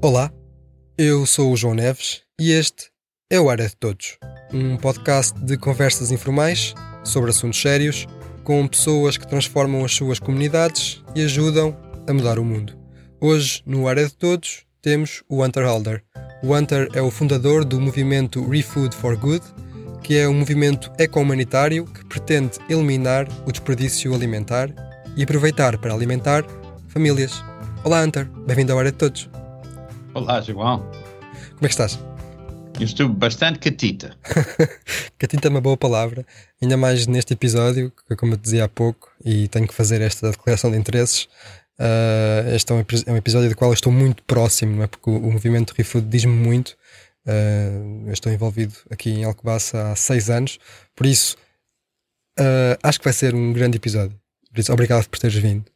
Olá, eu sou o João Neves e este é o Área de Todos, um podcast de conversas informais sobre assuntos sérios com pessoas que transformam as suas comunidades e ajudam a mudar o mundo. Hoje, no Área de Todos, temos o Hunter Alder. O Hunter é o fundador do movimento ReFood for Good, que é um movimento eco-humanitário que pretende eliminar o desperdício alimentar e aproveitar para alimentar famílias. Olá, Hunter, bem-vindo ao Área de Todos. Olá, João. Como é que estás? Eu estou bastante catita. Catita é uma boa palavra, ainda mais neste episódio, que como eu te dizia há pouco, e tenho que fazer esta declaração de interesses. Este é um episódio do qual eu estou muito próximo, não é? Porque o movimento ReFood diz-me muito. Eu estou envolvido aqui em Alcobaça há 6 anos, por isso acho que vai ser um grande episódio. Por isso, obrigado por teres vindo.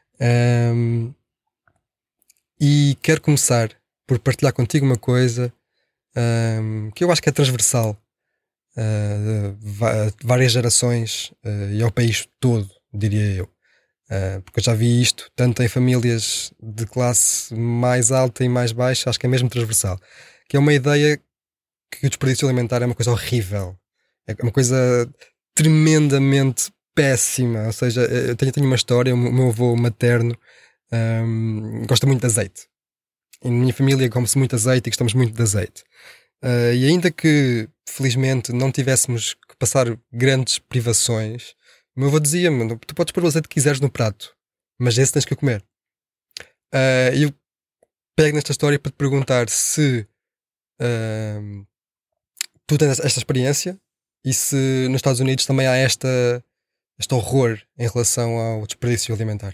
E quero começar por partilhar contigo uma coisa que eu acho que é transversal a várias gerações e ao país todo, diria eu. Porque eu já vi isto tanto em famílias de classe mais alta e mais baixa, acho que é mesmo transversal, que é uma ideia que o desperdício alimentar é uma coisa horrível, é uma coisa tremendamente péssima. Ou seja, eu tenho uma história. O meu avô materno gosta muito de azeite. E na minha família come-se muito azeite e gostamos muito de azeite. E ainda que, felizmente, não tivéssemos que passar grandes privações, o meu avô dizia-me: tu podes pôr o azeite que quiseres no prato, mas esse tens que comer. E eu pego nesta história para te perguntar se tu tens esta experiência e se nos Estados Unidos também há este horror em relação ao desperdício alimentar.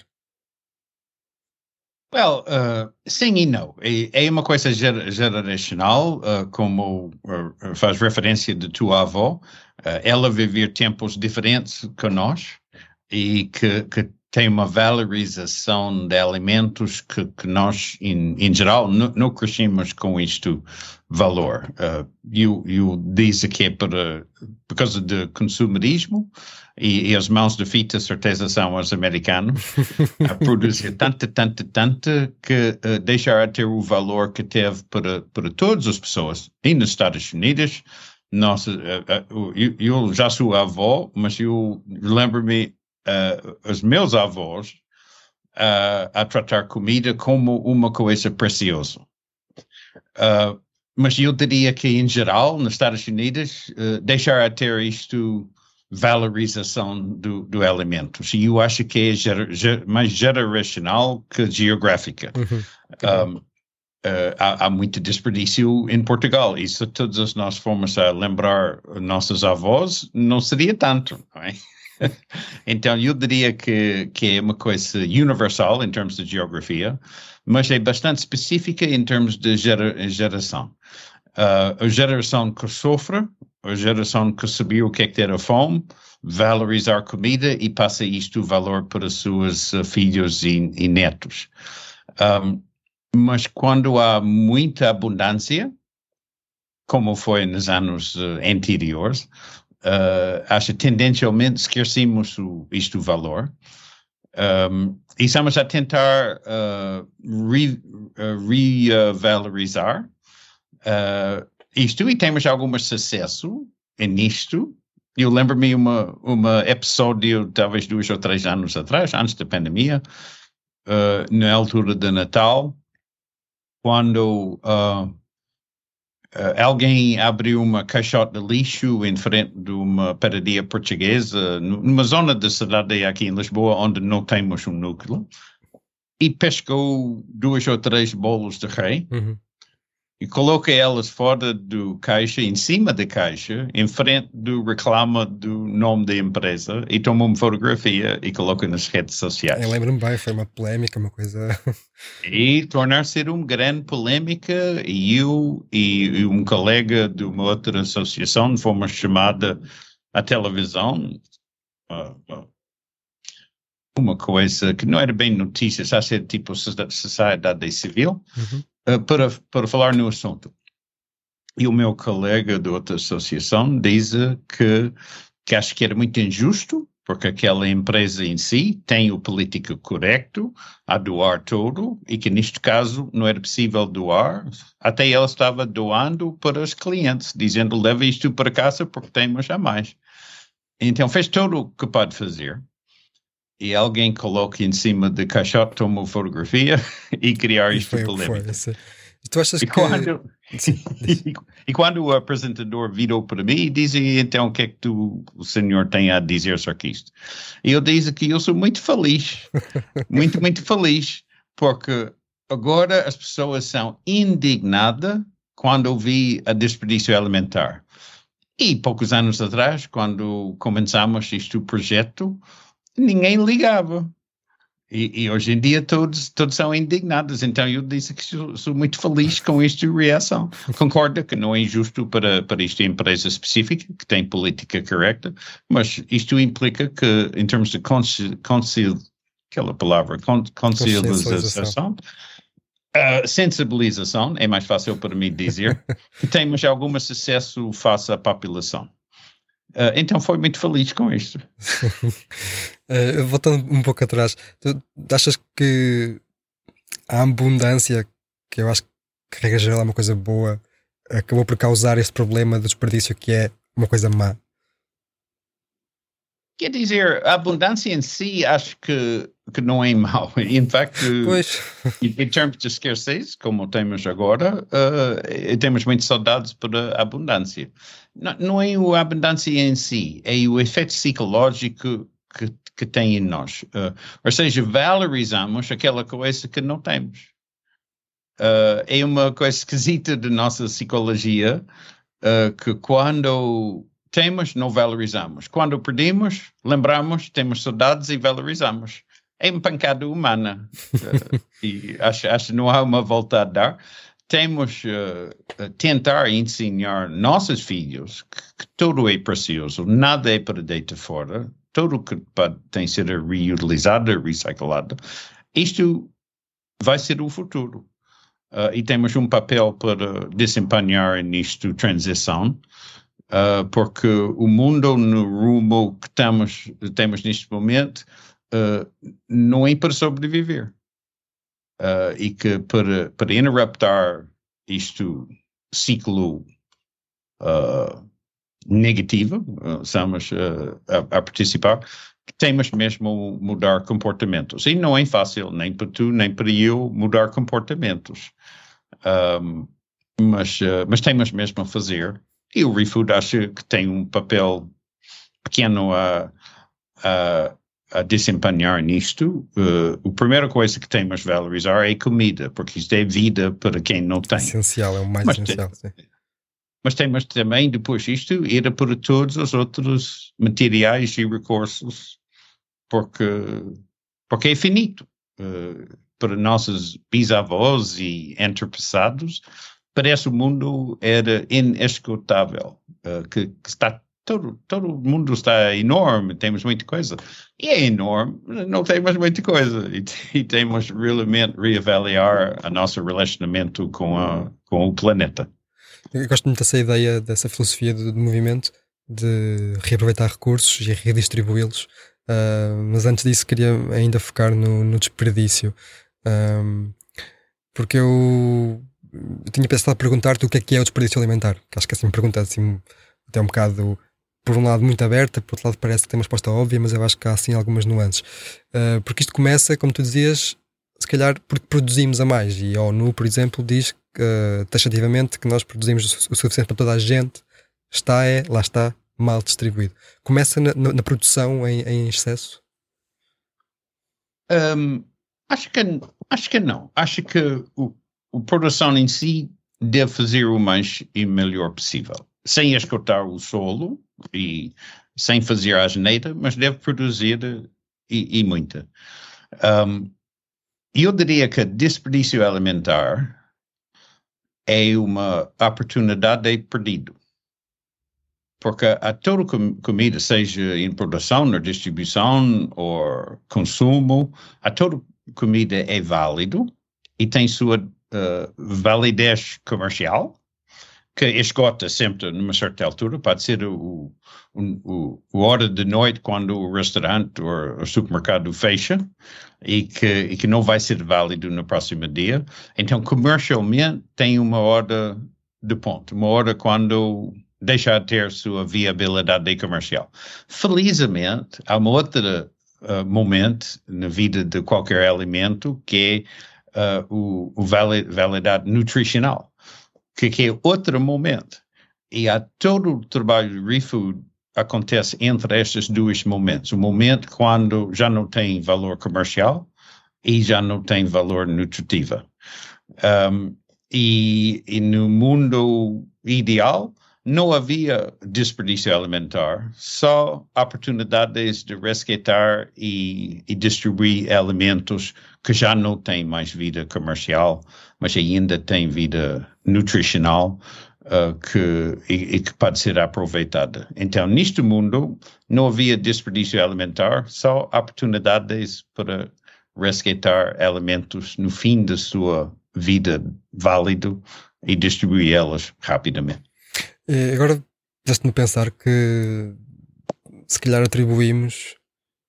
Well, sim e não. É uma coisa geracional, como faz referência de tua avó. Ela viveu tempos diferentes que nós e que tem uma valorização de alimentos que nós, em geral, não crescemos com isto valor. Eu disse que é por causa do consumerismo e as mãos de fita, certeza, são os americanos a produzir tanto que deixar de ter o valor que teve para todas as pessoas. E nos Estados Unidos, eu já sou avó, mas eu lembro-me os meus avós a tratar comida como uma coisa preciosa. Mas eu diria que, em geral, nos Estados Unidos, deixar de ter isto valorização do alimento. E eu acho que é mais geracional que geográfica. Há muito desperdício em Portugal, e se todos nós formos a lembrar nossos avós, não seria tanto, não é? Então eu diria que é uma coisa universal em termos de geografia, mas é bastante específica em termos de geração. A geração que sofre, a geração que sabia o que é que era fome, valorizar comida e passa isto valor para os seus filhos e netos. Mas quando há muita abundância, como foi nos anos anteriores, acho que tendencialmente esquecemos isto valor. E estamos a tentar revalorizar isto, e temos algum sucesso nisto. Eu lembro-me uma episódio, talvez 2 ou 3 anos atrás, antes da pandemia, na altura de Natal, quando alguém abriu uma caixote de lixo em frente de uma padaria portuguesa, numa zona da cidade aqui em Lisboa, onde não temos um núcleo, e pescou 2 ou 3 bolos de rei e coloca elas fora do caixa, em cima da caixa, em frente do reclama do nome da empresa, e toma uma fotografia e coloca nas redes sociais. Eu lembro-me bem, foi uma polémica, uma coisa... E tornar-se uma grande polémica, e eu e um colega de uma outra associação fomos chamada à televisão, uma coisa que não era bem notícia, só ser tipo sociedade civil, para falar no assunto. E o meu colega de outra associação diz que acha que era muito injusto porque aquela empresa em si tem o político correto a doar tudo e que neste caso não era possível doar, até ela estava doando para os clientes, dizendo leva isto para casa porque temos a mais. Então fez tudo o que pode fazer e alguém coloca em cima de caixote, toma fotografia e criar E isto foi o que foi. polêmica. E tu achas E que. quando, Sim, diz. e quando o apresentador virou para mim e disse, então, o que é que o senhor tem a dizer sobre isto? E eu disse que eu sou muito feliz, muito, muito feliz, porque agora as pessoas são indignadas quando ouvi a desperdício alimentar. E poucos anos atrás, quando começamos este projeto, ninguém ligava. E hoje em dia todos são indignados. Então eu disse que sou muito feliz com esta reação. Concordo que não é injusto para esta empresa específica, que tem política correta, mas isto implica que, em termos de aquela palavra, conciliação, sensibilização, é mais fácil para mim dizer, que temos algum sucesso face à população. Então foi muito feliz com isto. Voltando um pouco atrás, tu achas que a abundância, que eu acho que regra geral é uma coisa boa, acabou por causar este problema do desperdício que é uma coisa má? Quer dizer, a abundância em si acho que não é mau. Em facto, Pois. em termos de escassez, como temos agora, temos muitas saudades para a abundância. Não é a abundância em si, é o efeito psicológico que tem em nós. Ou seja, valorizamos aquela coisa que não temos. É uma coisa esquisita de nossa psicologia, que quando temos, não valorizamos. Quando perdemos, lembramos, temos saudades e valorizamos. É uma pancada humana. E acho que não há uma volta a dar. Temos tentar ensinar nossos filhos que tudo é precioso, nada é para deitar fora, tudo que tem ser reutilizado, reciclado. Isto vai ser o futuro. E temos um papel para desempenhar nisto transição. Porque o mundo no rumo que temos neste momento não é para sobreviver. E que para interruptar isto ciclo negativo, estamos a participar, temos mesmo mudar comportamentos. E não é fácil, nem para tu, nem para eu, mudar comportamentos. Mas temos mesmo a fazer. E o ReFood acho que tem um papel pequeno a desempenhar nisto. A primeira coisa que temos a valorizar é a comida, porque isto é vida para quem não tem. Essencial, é o mais essencial. Sim. Mas temos também, depois disto, ir para todos os outros materiais e recursos, porque é finito. Para nossos bisavós e antepassados, parece o mundo era inesgotável, que está todo o mundo está enorme, temos muita coisa. E é enorme, não temos muita coisa. E temos realmente reavaliar o nosso relacionamento com o planeta. Eu gosto muito dessa ideia, dessa filosofia do movimento, de reaproveitar recursos e redistribuí-los. Mas antes disso queria ainda focar no desperdício. Porque eu tinha pensado perguntar-te o que é o desperdício alimentar, que acho que é assim uma pergunta assim, até um bocado, por um lado muito aberta, por outro lado parece que tem uma resposta óbvia, mas eu acho que há assim algumas nuances. Porque isto começa, como tu dizias, se calhar porque produzimos a mais, e a ONU, por exemplo, diz taxativamente que nós produzimos o suficiente para toda a gente, lá está, mal distribuído. Começa na produção em excesso? Acho que não. Acho que a produção em si deve fazer o mais e melhor possível, sem esgotar o solo e sem fazer a asneira, mas deve produzir e muita. Eu diria que desperdício alimentar é uma oportunidade perdida. Porque a toda comida, seja em produção, na distribuição ou consumo, a toda comida é válido e tem sua validez comercial, que esgota sempre numa certa altura, pode ser a hora de noite quando o restaurante ou o supermercado fecha e que não vai ser válido no próximo dia. Então, comercialmente, tem uma hora de ponto, uma hora quando deixa de ter sua viabilidade comercial. Felizmente, há um outro momento na vida de qualquer alimento que é o validade nutricional, que é outro momento. E há todo o trabalho de ReFood acontece entre estes dois momentos. O momento quando já não tem valor comercial e já não tem valor nutritivo. E no mundo ideal, não havia desperdício alimentar, só oportunidades de resgatar e distribuir alimentos que já não têm mais vida comercial, mas ainda têm vida nutricional que pode ser aproveitada. Então, neste mundo, não havia desperdício alimentar, só oportunidades para resgatar alimentos no fim da sua vida válido e distribuí-las rapidamente. E agora, deixe-me pensar que se calhar atribuímos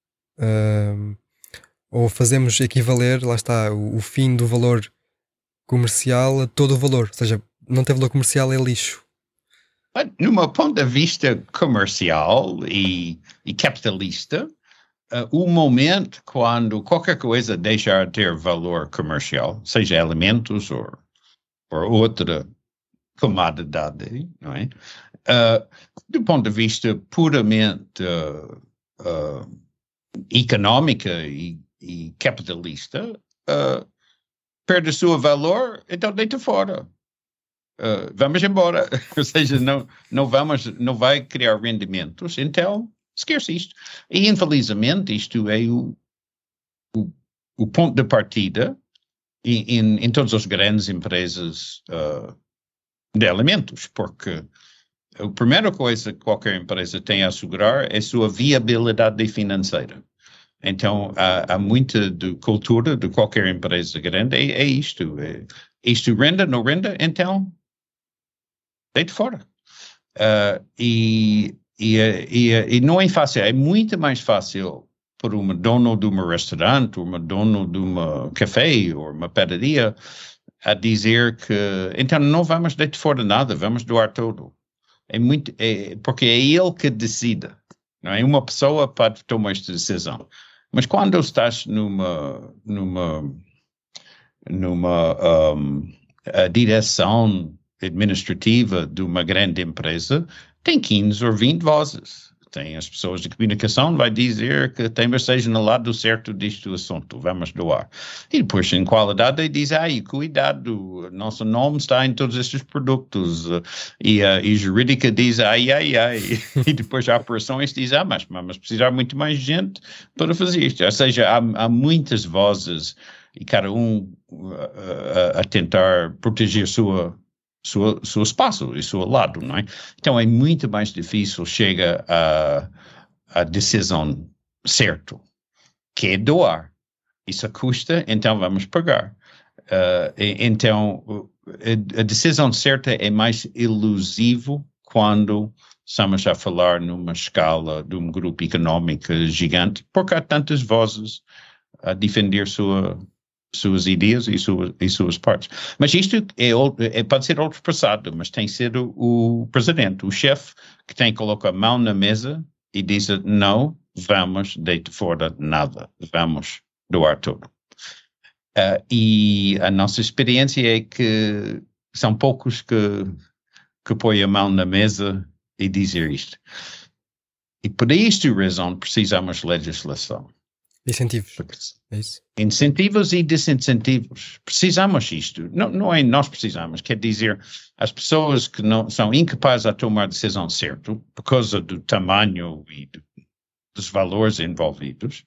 ou fazemos equivaler, lá está, o fim do valor comercial a todo o valor, ou seja, não tem valor comercial, é lixo. Numa ponto de vista comercial e capitalista, o momento quando qualquer coisa deixar de ter valor comercial, seja alimentos ou outra commodidade, não é? Do ponto de vista puramente económico e capitalista, perde o seu valor, então deita fora. Vamos embora. Ou seja, não vai criar rendimentos, então esquece isto. E infelizmente isto é o ponto de partida em todas as grandes empresas de alimentos, porque a primeira coisa que qualquer empresa tem a assegurar é a sua viabilidade financeira. Então, há muita cultura de qualquer empresa grande, é isto. Isto renda, não renda, então, deite fora. E não é fácil, é muito mais fácil para uma dona de um restaurante, uma dona de um café ou uma padaria a dizer que, então, não vamos deitar fora nada, vamos doar tudo. Porque é ele que decide. Não é? Uma pessoa pode tomar esta decisão. Mas quando estás numa direção administrativa de uma grande empresa, tem 15 ou 20 vozes. Tem as pessoas de comunicação, vai dizer que tem seja no lado certo deste assunto, vamos doar. E depois, em qualidade, diz, cuidado, nosso nome está em todos estes produtos. E jurídica diz, E depois a operações diz, mas vamos precisar muito mais gente para fazer isto. Ou seja, há muitas vozes e cada um a tentar proteger seu espaço e seu lado, não é? Então é muito mais difícil chegar à decisão certa, que é doar. Isso custa, então vamos pagar. Então a decisão certa é mais elusivo quando estamos a falar numa escala de um grupo económico gigante, porque há tantas vozes a defender suas ideias e suas partes. Mas isto pode ser ultrapassado, mas tem que ser o presidente, o chefe, que tem que colocar a mão na mesa e dizer, não vamos deitar fora nada, vamos doar tudo. E a nossa experiência é que são poucos que põem a mão na mesa e dizem isto. E por esta razão precisamos de legislação. Incentivos. É isso? Incentivos e desincentivos. Precisamos isto. Não é nós precisamos. Quer dizer, as pessoas que não são incapazes de tomar a decisão certa por causa do tamanho e dos valores envolvidos.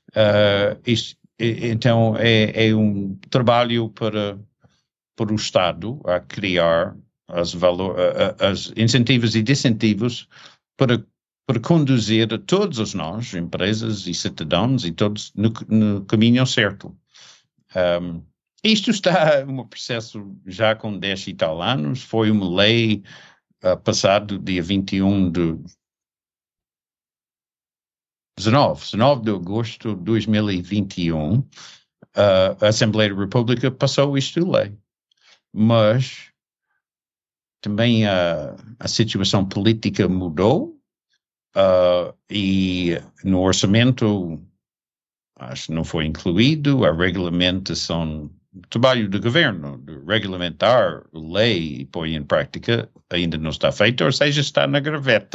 Então, é um trabalho para o Estado a criar as incentivos e desincentivos para conduzir a todos os nós, empresas e cidadãos, e todos no caminho certo. Isto está um processo já com 10 e tal anos. Foi uma lei passado dia 21 de 19 de agosto de 2021. A Assembleia da República passou isto de lei. Mas também a situação política mudou e no orçamento acho que não foi incluído a regulamentação do trabalho do governo, de regulamentar lei e pôr em prática, ainda não está feito, ou seja, está na gaveta.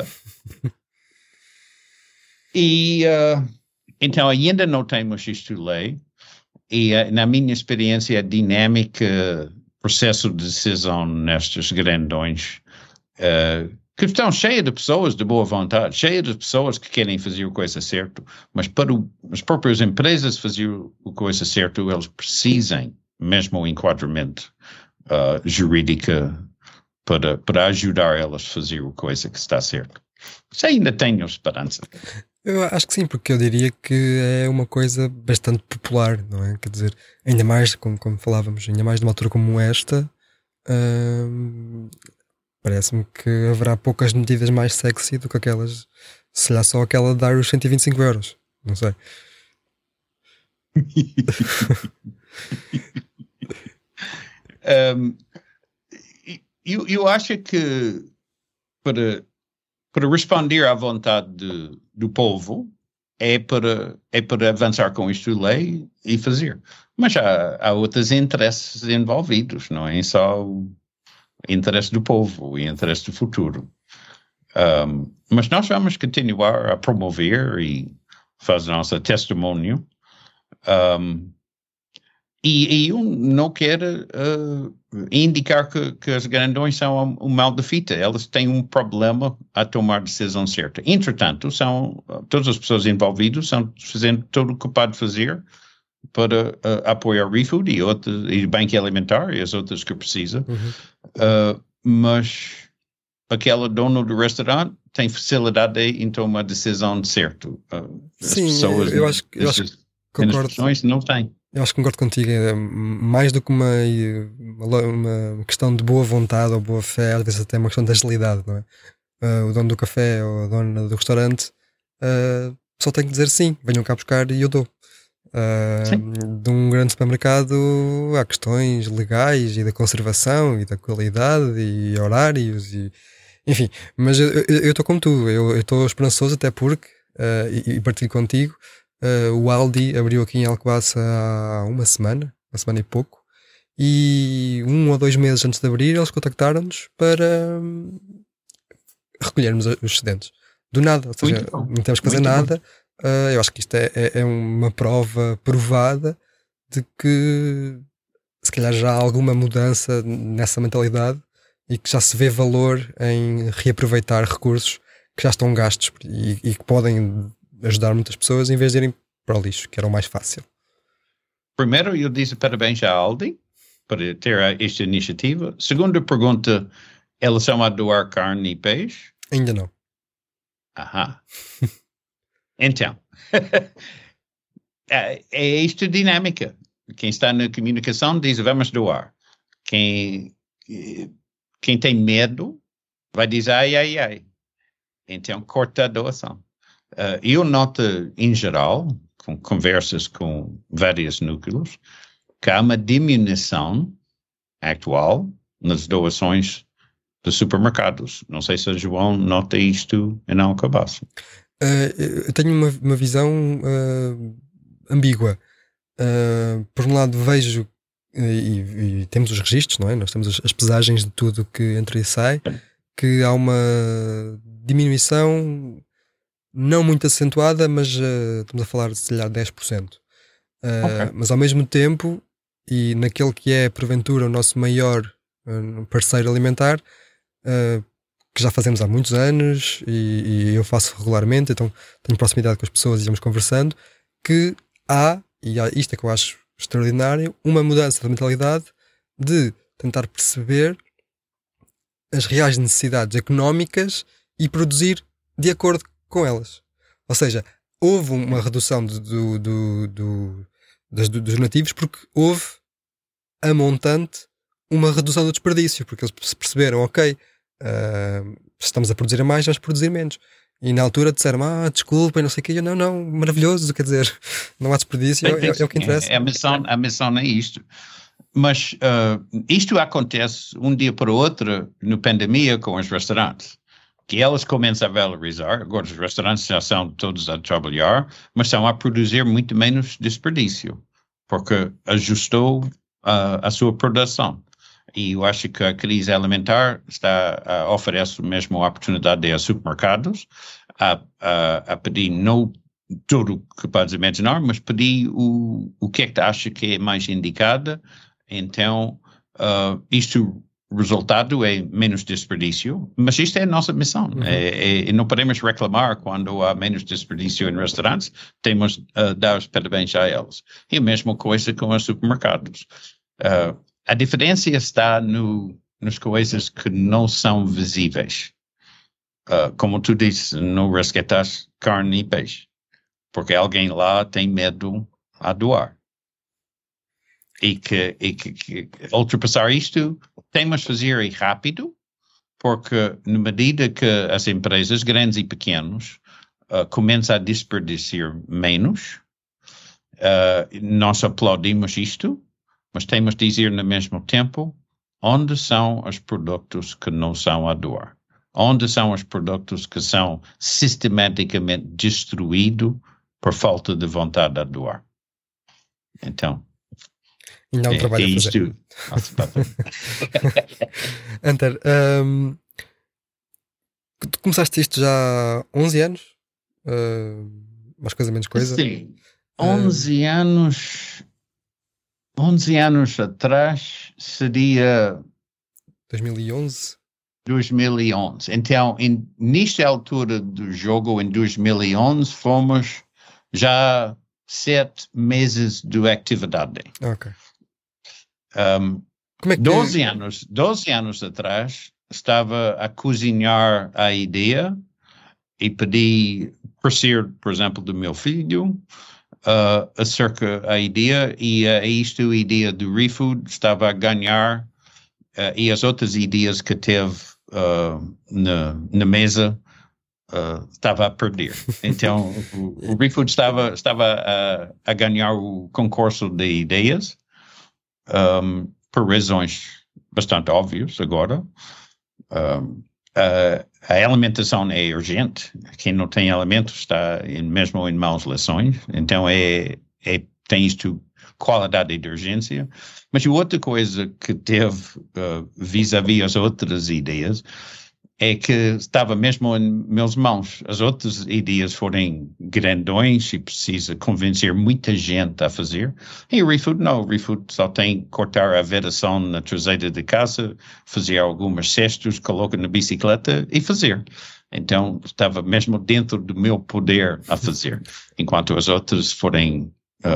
E então ainda não temos isto de lei e na minha experiência a dinâmica, processo de decisão nestes grandões que estão cheias de pessoas de boa vontade, cheias de pessoas que querem fazer a coisa certa, mas para as próprias empresas fazer a coisa certa, eles precisam mesmo o enquadramento jurídico para ajudar elas a fazer a coisa que está certa. Isso ainda tenho esperança. Eu acho que sim, porque eu diria que é uma coisa bastante popular, não é? Quer dizer, ainda mais, como falávamos, ainda mais numa altura como esta, parece-me que haverá poucas medidas mais sexy do que aquelas, se calhar só aquela de dar os 125 euros, não sei. Eu acho que para responder à vontade do povo é para avançar com isto de lei e fazer. Mas há outros interesses envolvidos, não é só o interesse do povo, o interesse do futuro. Mas nós vamos continuar a promover e fazer nosso testemunho. E eu não quero indicar que as grandões são um mal de fita. Elas têm um problema a tomar a decisão certa. Entretanto, todas as pessoas envolvidas estão fazendo tudo o que pode fazer para apoiar o ReFood e o Banco Alimentar e as outras que precisam. Mas aquela dona do restaurante tem facilidade em tomar a decisão certa. As Sim, pessoas eu acho que concordo. Não têm. Eu acho que concordo contigo. É mais do que uma questão de boa vontade ou boa fé, às vezes até uma questão de agilidade, não é? O dono do café ou a dona do restaurante só tem que dizer sim, venham cá buscar e eu dou. De um grande supermercado há questões legais e da conservação e da qualidade e horários e enfim, mas eu estou como tu, eu estou esperançoso até porque e partilho contigo. O Aldi abriu aqui em Alcobaça há uma semana e pouco, e 1 ou 2 meses antes de abrir eles contactaram-nos para recolhermos os excedentes do nada, ou seja, não temos que fazer nada. Eu acho que isto é uma prova provada de que se calhar já há alguma mudança nessa mentalidade e que já se vê valor em reaproveitar recursos que já estão gastos e que podem ajudar muitas pessoas em vez de irem para o lixo, que era o mais fácil. Primeiro, eu disse parabéns à Aldi por ter esta iniciativa. Segunda pergunta, elas são a doar carne e peixe? Ainda não. Aham. Então, é isto a dinâmica. Quem está na comunicação diz vamos doar. Quem tem medo vai dizer ai. Então corta a doação. Eu noto em geral, com conversas com vários núcleos, que há uma diminuição atual nas doações dos supermercados. Não sei se a João nota isto em Alcobaça. Eu tenho uma visão ambígua. Por um lado vejo e temos os registros, não é? Nós temos as pesagens de tudo que entra e sai, que há uma diminuição não muito acentuada, mas estamos a falar de se calhar 10%. Mas ao mesmo tempo, e naquele que é porventura o nosso maior parceiro alimentar, que já fazemos há muitos anos e eu faço regularmente, então tenho proximidade com as pessoas e vamos conversando, que há isto é que eu acho extraordinário, uma mudança de mentalidade de tentar perceber as reais necessidades económicas e produzir de acordo com elas. Ou seja, houve uma redução dos donativos porque houve a montante uma redução do desperdício, porque eles se perceberam, ok, se estamos a produzir mais, vamos produzir menos. E na altura disseram, desculpem, não sei o que. Eu, não, maravilhoso, quer dizer, não há desperdício, é o que interessa. A missão é isto. Mas isto acontece um dia para o outro na pandemia com os restaurantes, que elas começam a valorizar. Agora os restaurantes já são todos a trabalhar, mas estão a produzir muito menos desperdício, porque ajustou a sua produção. E eu acho que a crise alimentar oferece mesmo a oportunidade aos supermercados a pedir não tudo o que podes imaginar, mas pedir o que é que tu acha que é mais indicado. Então, o resultado é menos desperdício, mas isto é a nossa missão. Uhum. Não podemos reclamar quando há menos desperdício em restaurantes, temos dar os parabéns a eles. E a mesma coisa com os supermercados. A diferença está nas coisas que não são visíveis. Como tu disse, não resgatas carne e peixe, porque alguém lá tem medo a doar. E que ultrapassar isto, temos de fazer rápido, porque na medida que as empresas, grandes e pequenos, começam a desperdiciar menos, nós aplaudimos isto, mas temos de dizer no mesmo tempo onde são os produtos que não são a doar. Onde são os produtos que são sistematicamente destruídos por falta de vontade a doar. Então, ainda há um trabalho a fazer. Hunter, tu começaste isto já há 11 anos? Mais coisa, menos coisa? Sim, 11 anos... 11 anos atrás seria... 2011? 2011. Então, nesta altura do jogo, em 2011, fomos já 7 meses de atividade. Ok. Como é que... 12 anos atrás, estava a cozinhar a ideia e pedi parecer, por exemplo, do meu filho, acerca da ideia, e a ideia do ReFood estava a ganhar, e as outras ideias que teve na mesa estava a perder. Então, o ReFood estava a ganhar o concurso de ideias, por razões bastante óbvias agora. A alimentação é urgente. Quem não tem alimentos está mesmo em maus leções. Então, tem isto, qualidade de urgência. Mas a outra coisa que teve vis-à-vis as outras ideias é que estava mesmo em meus mãos. As outras ideias foram grandões e precisa convencer muita gente a fazer. E o ReFood não. O ReFood só tem que cortar a vedação na traseira de casa, fazer algumas cestos, coloca na bicicleta e fazer. Então, estava mesmo dentro do meu poder a fazer. Enquanto as outras forem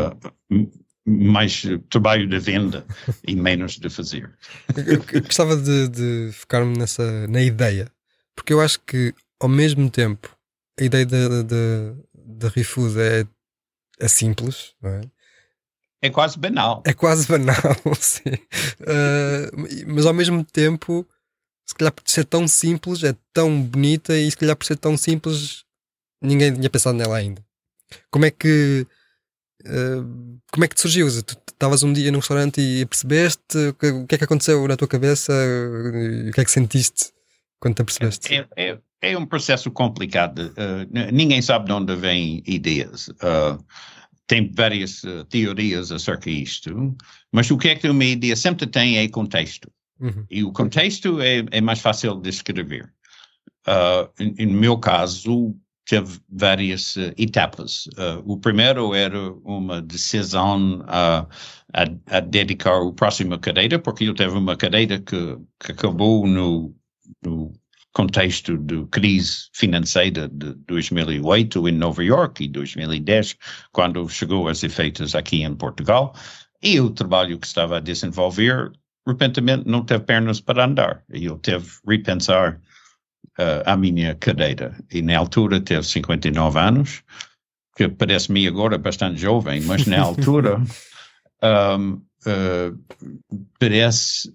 mais trabalho de venda e menos de fazer. Eu gostava de focar-me na ideia, porque eu acho que ao mesmo tempo a ideia da ReFood é simples, não é? É quase banal. É quase banal, sim. Mas ao mesmo tempo, se calhar por ser tão simples, é tão bonita, e se calhar por ser tão simples ninguém tinha pensado nela ainda. Como é que te surgiu? Tu estavas um dia num restaurante e percebeste o que é que aconteceu na tua cabeça? O que é que sentiste quando te apercebeste? É um processo complicado. Ninguém sabe de onde vêm ideias. Tem várias teorias acerca disto, mas o que é que uma ideia sempre tem é contexto. Uhum. E o contexto é mais fácil de escrever. No meu caso, teve várias etapas. O primeiro era uma decisão a dedicar a próxima cadeira, porque eu teve uma cadeira que acabou no contexto da crise financeira de 2008 em Nova York e 2010, quando chegou aos efeitos aqui em Portugal. E o trabalho que estava a desenvolver, repentinamente, não teve pernas para andar. E eu teve que repensar a minha cadeira. E na altura teve 59 anos, que parece-me agora bastante jovem, mas na altura parece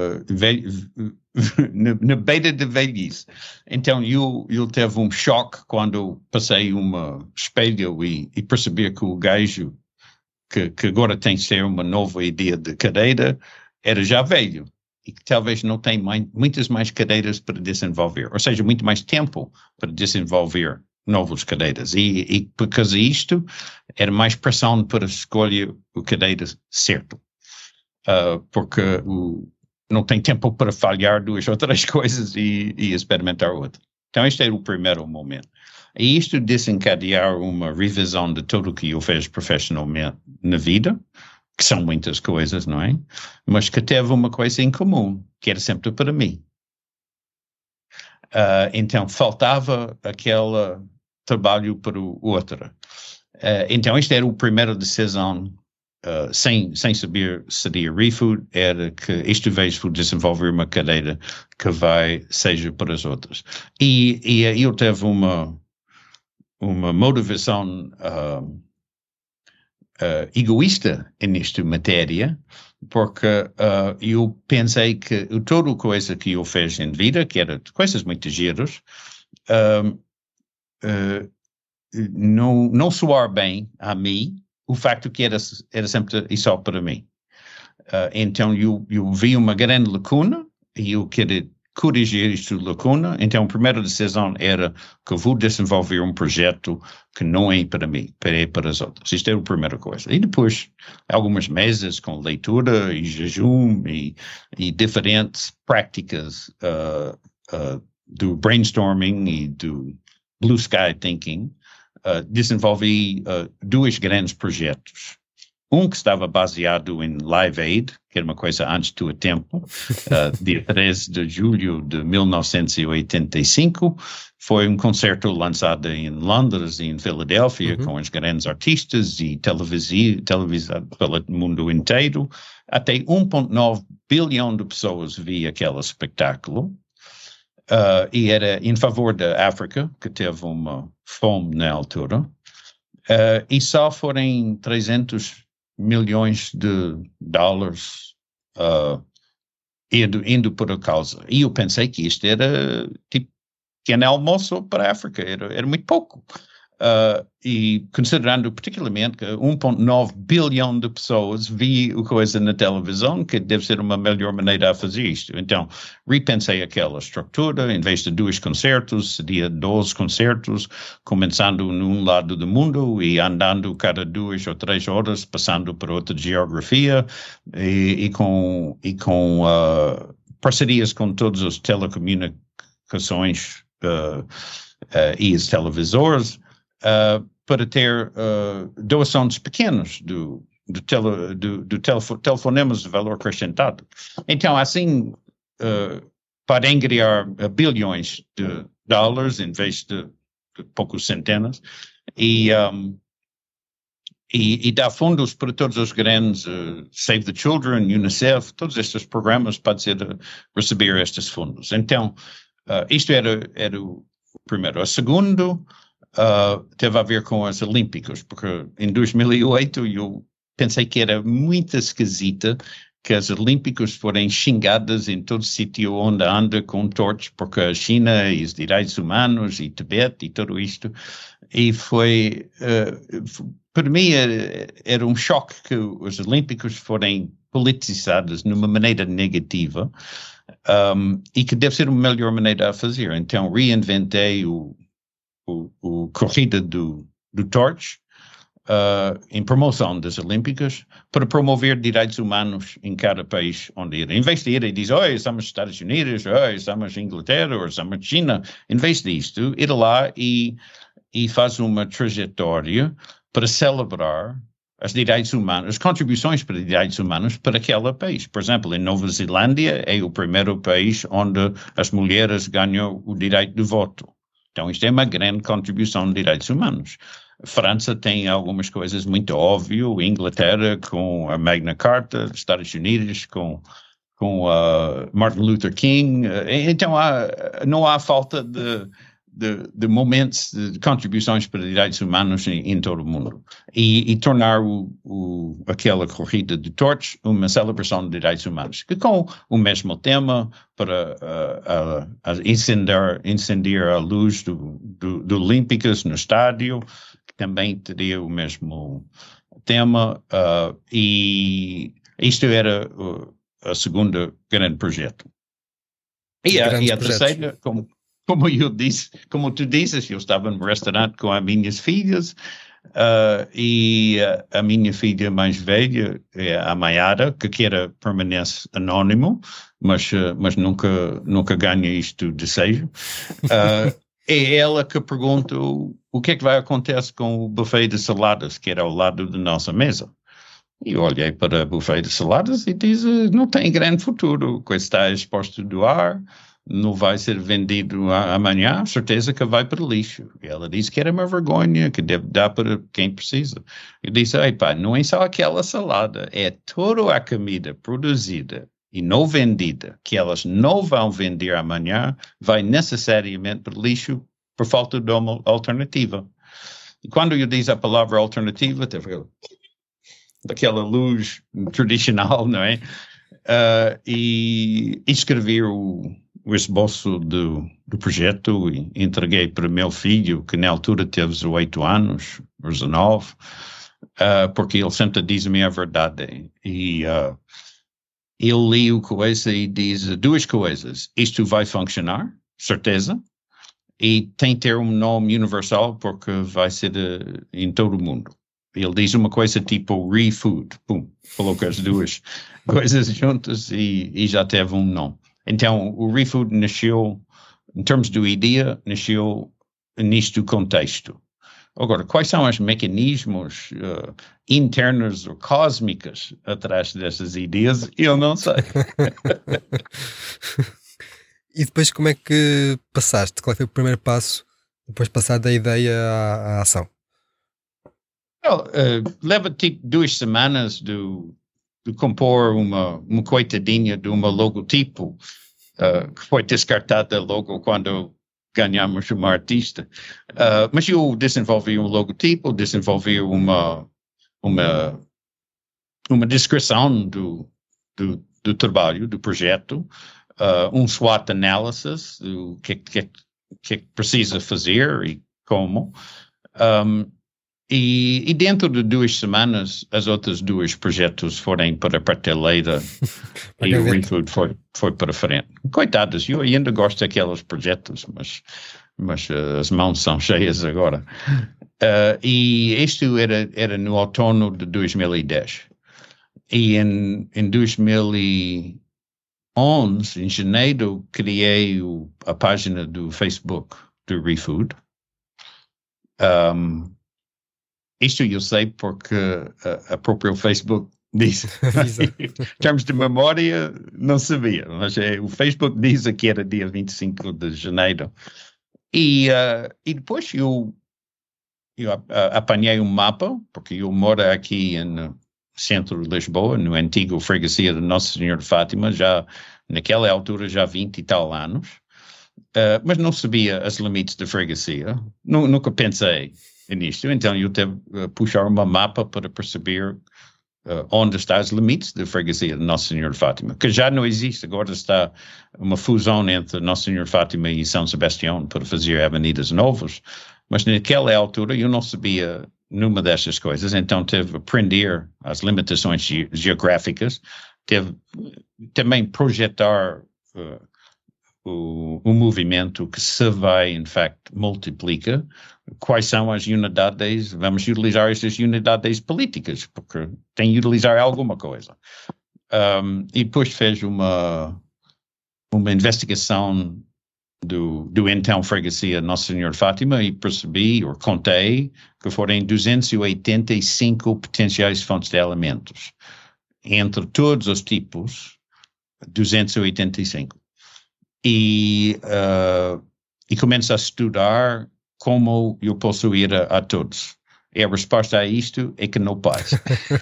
na beira da velhice. Então eu teve um choque quando passei uma espelho e percebi que o gajo que agora tem que ser uma nova ideia de cadeira era já velho e que talvez não tem muitas mais cadeiras para desenvolver, ou seja, muito mais tempo para desenvolver novas cadeiras. E por causa disto, era mais pressão para escolher o cadeira certo. Porque não tem tempo para falhar duas ou três coisas e experimentar outra. Então este era o primeiro momento. E isto desencadear uma revisão de tudo o que eu fiz profissionalmente na vida, que são muitas coisas, não é? Mas que teve uma coisa em comum, que era sempre para mim. Então faltava aquele trabalho para o outro. Então esta era a primeira decisão, sem saber se seria ReFood, era que esta vez vou desenvolver uma cadeira que seja para as outras. E eu teve uma motivação egoísta nesta matéria, porque eu pensei que toda coisa que eu fiz em vida, que era coisas muito giras, não soar bem a mim, o facto que era sempre e só para mim. Então eu vi uma grande lacuna e eu queria corrigir esta lacuna. Então a primeira decisão era que eu vou desenvolver um projeto que não é para mim, é para as outras. Isto era a primeira coisa. E depois, algumas meses com leitura e jejum e diferentes práticas do brainstorming e do blue sky thinking, desenvolvi dois grandes projetos. Um que estava baseado em Live Aid, que era uma coisa antes do tempo, dia 13 de julho de 1985. Foi um concerto lançado em Londres e em Filadélfia, com os grandes artistas e televisado pelo mundo inteiro. Até 1,9 bilhão de pessoas viam aquele espetáculo. E era em favor da África, que teve uma fome na altura. E só foram 300 milhões de dólares indo por a causa. E eu pensei que isto era tipo pequeno almoço para a África, era muito pouco. E considerando particularmente que 1,9 bilhão de pessoas viam coisa na televisão, que deve ser uma melhor maneira a fazer isto. Então, repensei aquela estrutura, em vez de 2 concertos, seria 12 concertos, começando num lado do mundo e andando cada 2 ou 3 horas, passando por outra geografia, e com parcerias com todas as telecomunicações e os televisores, para ter doações pequenas do telefonemas de valor acrescentado. Então, assim, podem criar bilhões de dólares em vez de poucos centenas e dar fundos para todos os grandes, Save the Children, UNICEF, todos estes programas podem receber estes fundos. Então, isto era o primeiro. O segundo teve a ver com os Olímpicos, porque em 2008 eu pensei que era muito esquisita que os Olímpicos forem xingados em todo sítio onde anda com torches, porque a China e os direitos humanos e Tibete e tudo isto. E foi, para mim, era um choque que os Olímpicos forem politizados de uma maneira negativa, e que deve ser uma melhor maneira a fazer. Então reinventei o corrida do torch em promoção das Olímpicas para promover direitos humanos em cada país onde ir. Em vez de ir e dizer, oi, estamos nos Estados Unidos, oi, estamos em Inglaterra, ou estamos na China, em vez disto, ir lá e faz uma trajetória para celebrar os direitos humanos, as contribuições para direitos humanos para aquele país. Por exemplo, em Nova Zelândia é o primeiro país onde as mulheres ganham o direito de voto. Então, isto é uma grande contribuição de direitos humanos. A França tem algumas coisas muito óbvias, a Inglaterra com a Magna Carta, os Estados Unidos com Martin Luther King. Então, não há falta de de momentos de contribuições para direitos humanos em todo o mundo e tornar aquela corrida de torches uma celebração de direitos humanos, que com o mesmo tema para incendiar a luz do Olímpicos no estádio, que também teria o mesmo tema, e isto era a segunda grande projeto. E a terceira, como tu dizes, eu estava no restaurante com as minhas filhas, e a minha filha mais velha, a Mayara, que permanece anónimo, mas nunca ganha isto de desejo. É ela que pergunta o que é que vai acontecer com o buffet de saladas, que era ao lado da nossa mesa. E eu olhei para o buffet de saladas e disse, não tem grande futuro, coisa está exposto do ar, não vai ser vendido amanhã, certeza que vai para o lixo. E ela disse que era uma vergonha, que deve dar para quem precisa. Eu disse, pá, não é só aquela salada, é toda a comida produzida e não vendida, que elas não vão vender amanhã, vai necessariamente para o lixo por falta de uma alternativa. E quando eu disse a palavra alternativa, teve daquela luz tradicional, não é? E escrevi o esboço do projeto e entreguei para o meu filho, que na altura teve 18 anos, 19, porque ele sempre diz-me a verdade. E ele li o coisa e diz duas coisas. Isto vai funcionar, certeza, e tem que ter um nome universal porque vai ser em todo o mundo. Ele diz uma coisa tipo ReFood, pum, colocou as duas coisas juntas e já teve um nome. Então, o ReFood nasceu, em termos do ideia, nasceu nisto contexto. Agora, quais são os mecanismos internos ou cósmicos atrás dessas ideias? Eu não sei. E depois como é que passaste? Qual foi o primeiro passo depois de passar da ideia à ação? Leva tipo 2 semanas de compor uma coitadinha de uma logotipo que foi descartada logo quando ganhamos uma artista. Mas eu desenvolvi um logotipo, desenvolvi uma descrição do trabalho, do projeto, um SWOT analysis, do que precisa fazer e como. E dentro de 2 semanas, as outras 2 projetos foram para a prateleira e o ReFood foi para frente. Coitadas, eu ainda gosto daqueles projetos, mas as mãos são cheias agora. E isto era no outono de 2010. E em 2011, em janeiro, criei a página do Facebook do ReFood. Isto eu sei porque a própria Facebook diz, em termos de memória, não sabia, mas o Facebook diz que era dia 25 de janeiro. E depois eu apanhei um mapa, porque eu moro aqui no centro de Lisboa, no antigo freguesia de Nossa Senhora de Fátima, já naquela altura já 20 e tal anos, mas não sabia os limites da freguesia, nunca pensei nisto, então eu teve puxar uma mapa para perceber onde estão os limites da freguesia de Nossa Senhora de Fátima, que já não existe, agora está uma fusão entre Nossa Senhora de Fátima e São Sebastião para fazer avenidas novas, mas naquela altura eu não sabia nenhuma destas coisas, então teve que aprender as limitações geográficas, teve também projetar o movimento que se vai, em facto, multiplica. Quais são as unidades? Vamos utilizar estas unidades políticas, porque tem que utilizar alguma coisa. E depois fez uma investigação do então freguesia Nossa Senhora de Fátima e percebi, ou contei, que foram 285 potenciais fontes de alimentos. Entre todos os tipos, 285. E começo a estudar como eu posso ir a todos. E a resposta a isto é que não posso.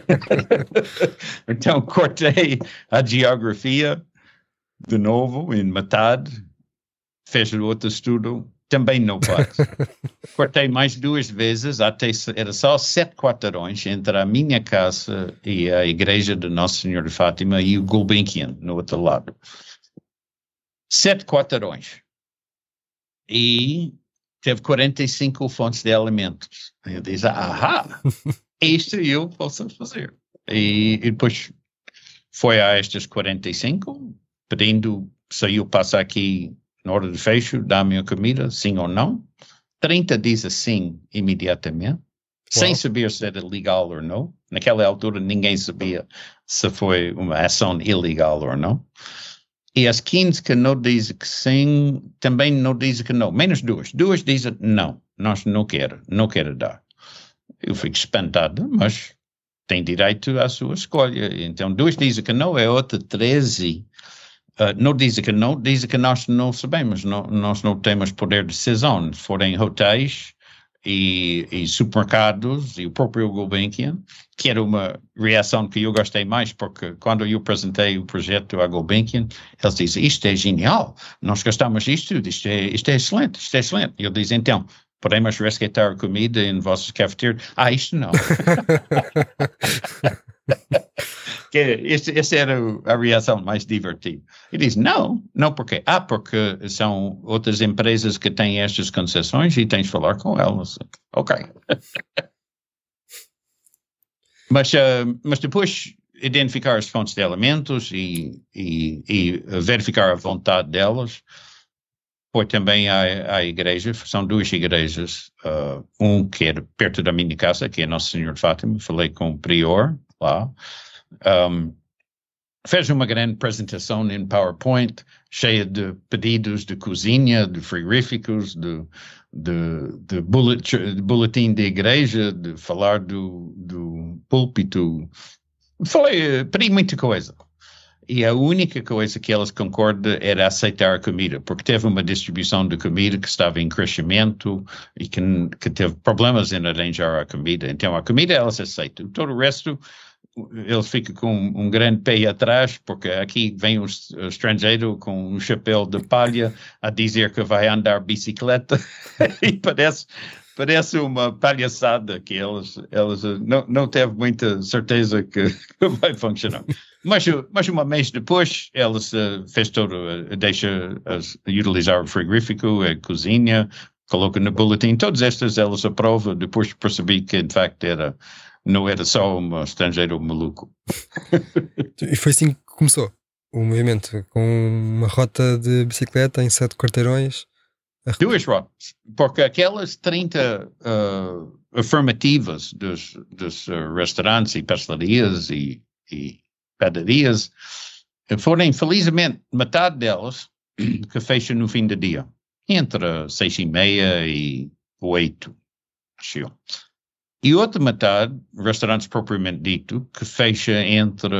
Então, cortei a geografia de novo em metade, fiz outro estudo Também não pode. Cortei mais 2 vezes, até era só 7 quarteirões entre a minha casa e a igreja de Nossa Senhora de Fátima e o Gulbenkian, no outro lado. 7 quarteirões. E teve 45 fontes de alimentos. Eu disse, isto eu posso fazer. E depois foi a estas 45, pedindo se eu passar aqui na hora de fecho, dá-me a comida, sim ou não. 30 diz sim imediatamente, sem saber se era legal ou não. Naquela altura ninguém sabia se foi uma ação ilegal ou não. E as 15 que não dizem que sim, também não dizem que não. Menos 2. 2 dizem não, nós não quero dar. Eu fico espantado, mas tem direito à sua escolha. Então 2 dizem que não, é outra 13. Não dizem que não, dizem que nós não sabemos, nós não temos poder de decisão. Se forem hotéis e supermercados e o próprio Gulbenkian, que era uma reação que eu gostei mais, porque quando eu apresentei o projeto à Gulbenkian, eles dizem, isto é genial, nós gostamos disto, isto é excelente, isto é excelente. E eu disse, então, podemos resgatar a comida em vossas cafeterias? Isto não. Essa era a reação mais divertida. E diz, não porque são outras empresas que têm estas concessões e tens de falar com elas. Ok. mas depois identificar as fontes de alimentos e verificar a vontade delas. Foi também à igreja, são 2 igrejas, que era perto da minha casa, que é Nossa Senhora de Fátima, falei com o prior lá, fez uma grande apresentação em PowerPoint, cheia de pedidos de cozinha, de frigoríficos, de boletim de igreja, de falar do púlpito. Pedi muita coisa. E a única coisa que elas concordam era aceitar a comida, porque teve uma distribuição de comida que estava em crescimento e que teve problemas em arranjar a comida. Então, a comida elas aceitam. Todo o resto, eles ficam com um grande pé atrás, porque aqui vem o estrangeiro com um chapéu de palha a dizer que vai andar bicicleta e parece uma palhaçada que elas não teve muita certeza que vai funcionar. Mas um mês depois, elas fez deixa utilizar o frigorífico, a cozinha, coloca no boletim, todas estas elas aprovam, depois percebi que de facto não era só um estrangeiro maluco. E foi assim que começou o movimento, com uma rota de bicicleta em 7 quarteirões. 2 rotas, porque aquelas 30 afirmativas dos restaurantes e pastelarias e padarias foram, infelizmente, metade delas que fecham no fim do dia, entre 6:30 e 8, acho eu. E outra metade, restaurantes propriamente dito, que fecha entre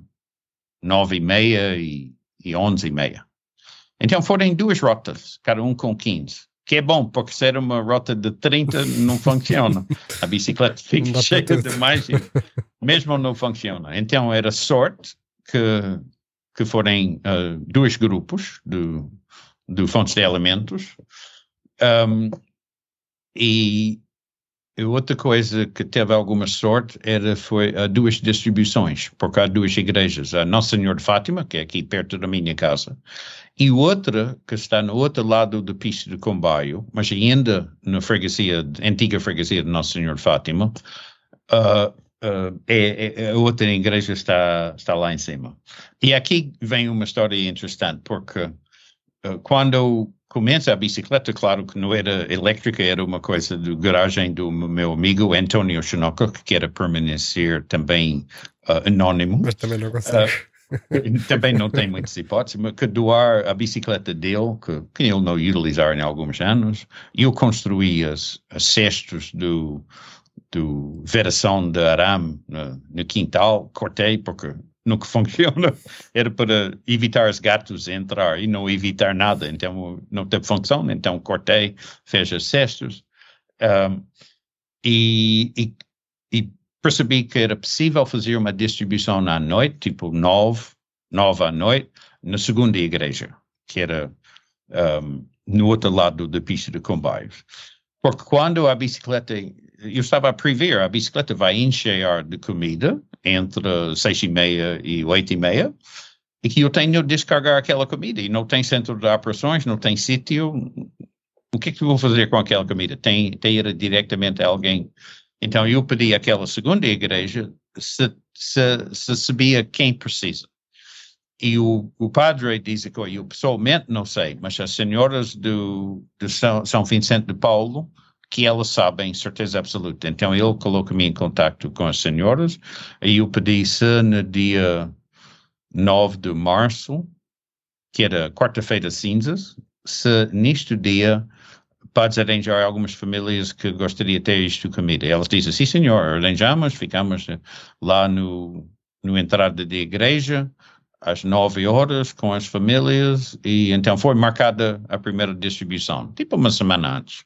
9:30 e 11:30. Então foram 2 rotas, cada um com 15. Que é bom, porque se era uma rota de 30 não funciona. A bicicleta fica cheia demais e mesmo não funciona. Então era sorte que forem 2 grupos de fontes de alimentos. E outra coisa que teve alguma sorte foi 2 distribuições, porque há 2 igrejas, a Nossa Senhora de Fátima, que é aqui perto da minha casa, e outra que está no outro lado da pista de comboio, mas ainda na antiga freguesia de Nossa Senhora de Fátima, a outra igreja está lá em cima. E aqui vem uma história interessante, porque quando começa a bicicleta, claro que não era elétrica, era uma coisa de garagem do meu amigo António Chinoca, que quer permanecer também anónimo. Mas também não consegue. Também não tem muitas hipóteses, mas que doar a bicicleta dele, que ele não utilizar em alguns anos, eu construí as cestos do veração de arame no quintal, cortei porque nunca funciona, era para evitar os gatos entrar e não evitar nada, então não teve função, então cortei, fez os cestos e percebi que era possível fazer uma distribuição à noite, tipo 9 à noite, na segunda igreja, que era no outro lado da pista de comboios. Porque quando a bicicleta, eu estava a prever, a bicicleta vai encher de comida entre 6:30 e 8:30, e que eu tenho de descarregar aquela comida, e não tem centro de operações, não tem sítio. O que é que eu vou fazer com aquela comida? Tem de ir diretamente a alguém. Então eu pedi àquela segunda igreja se sabia quem precisa. E o padre diz que eu pessoalmente não sei, mas as senhoras de São Vicente de Paulo, que elas sabem, certeza absoluta. Então ele coloca-me em contato com as senhoras, e eu pedi se no dia 9 de março, que era quarta-feira cinzas, se neste dia podes arranjar algumas famílias que gostariam de ter isto comida. Elas dizem, sim senhor, arranjamos, ficamos lá no entrada da igreja, às 9 horas, com as famílias, e então foi marcada a primeira distribuição, tipo uma semana antes.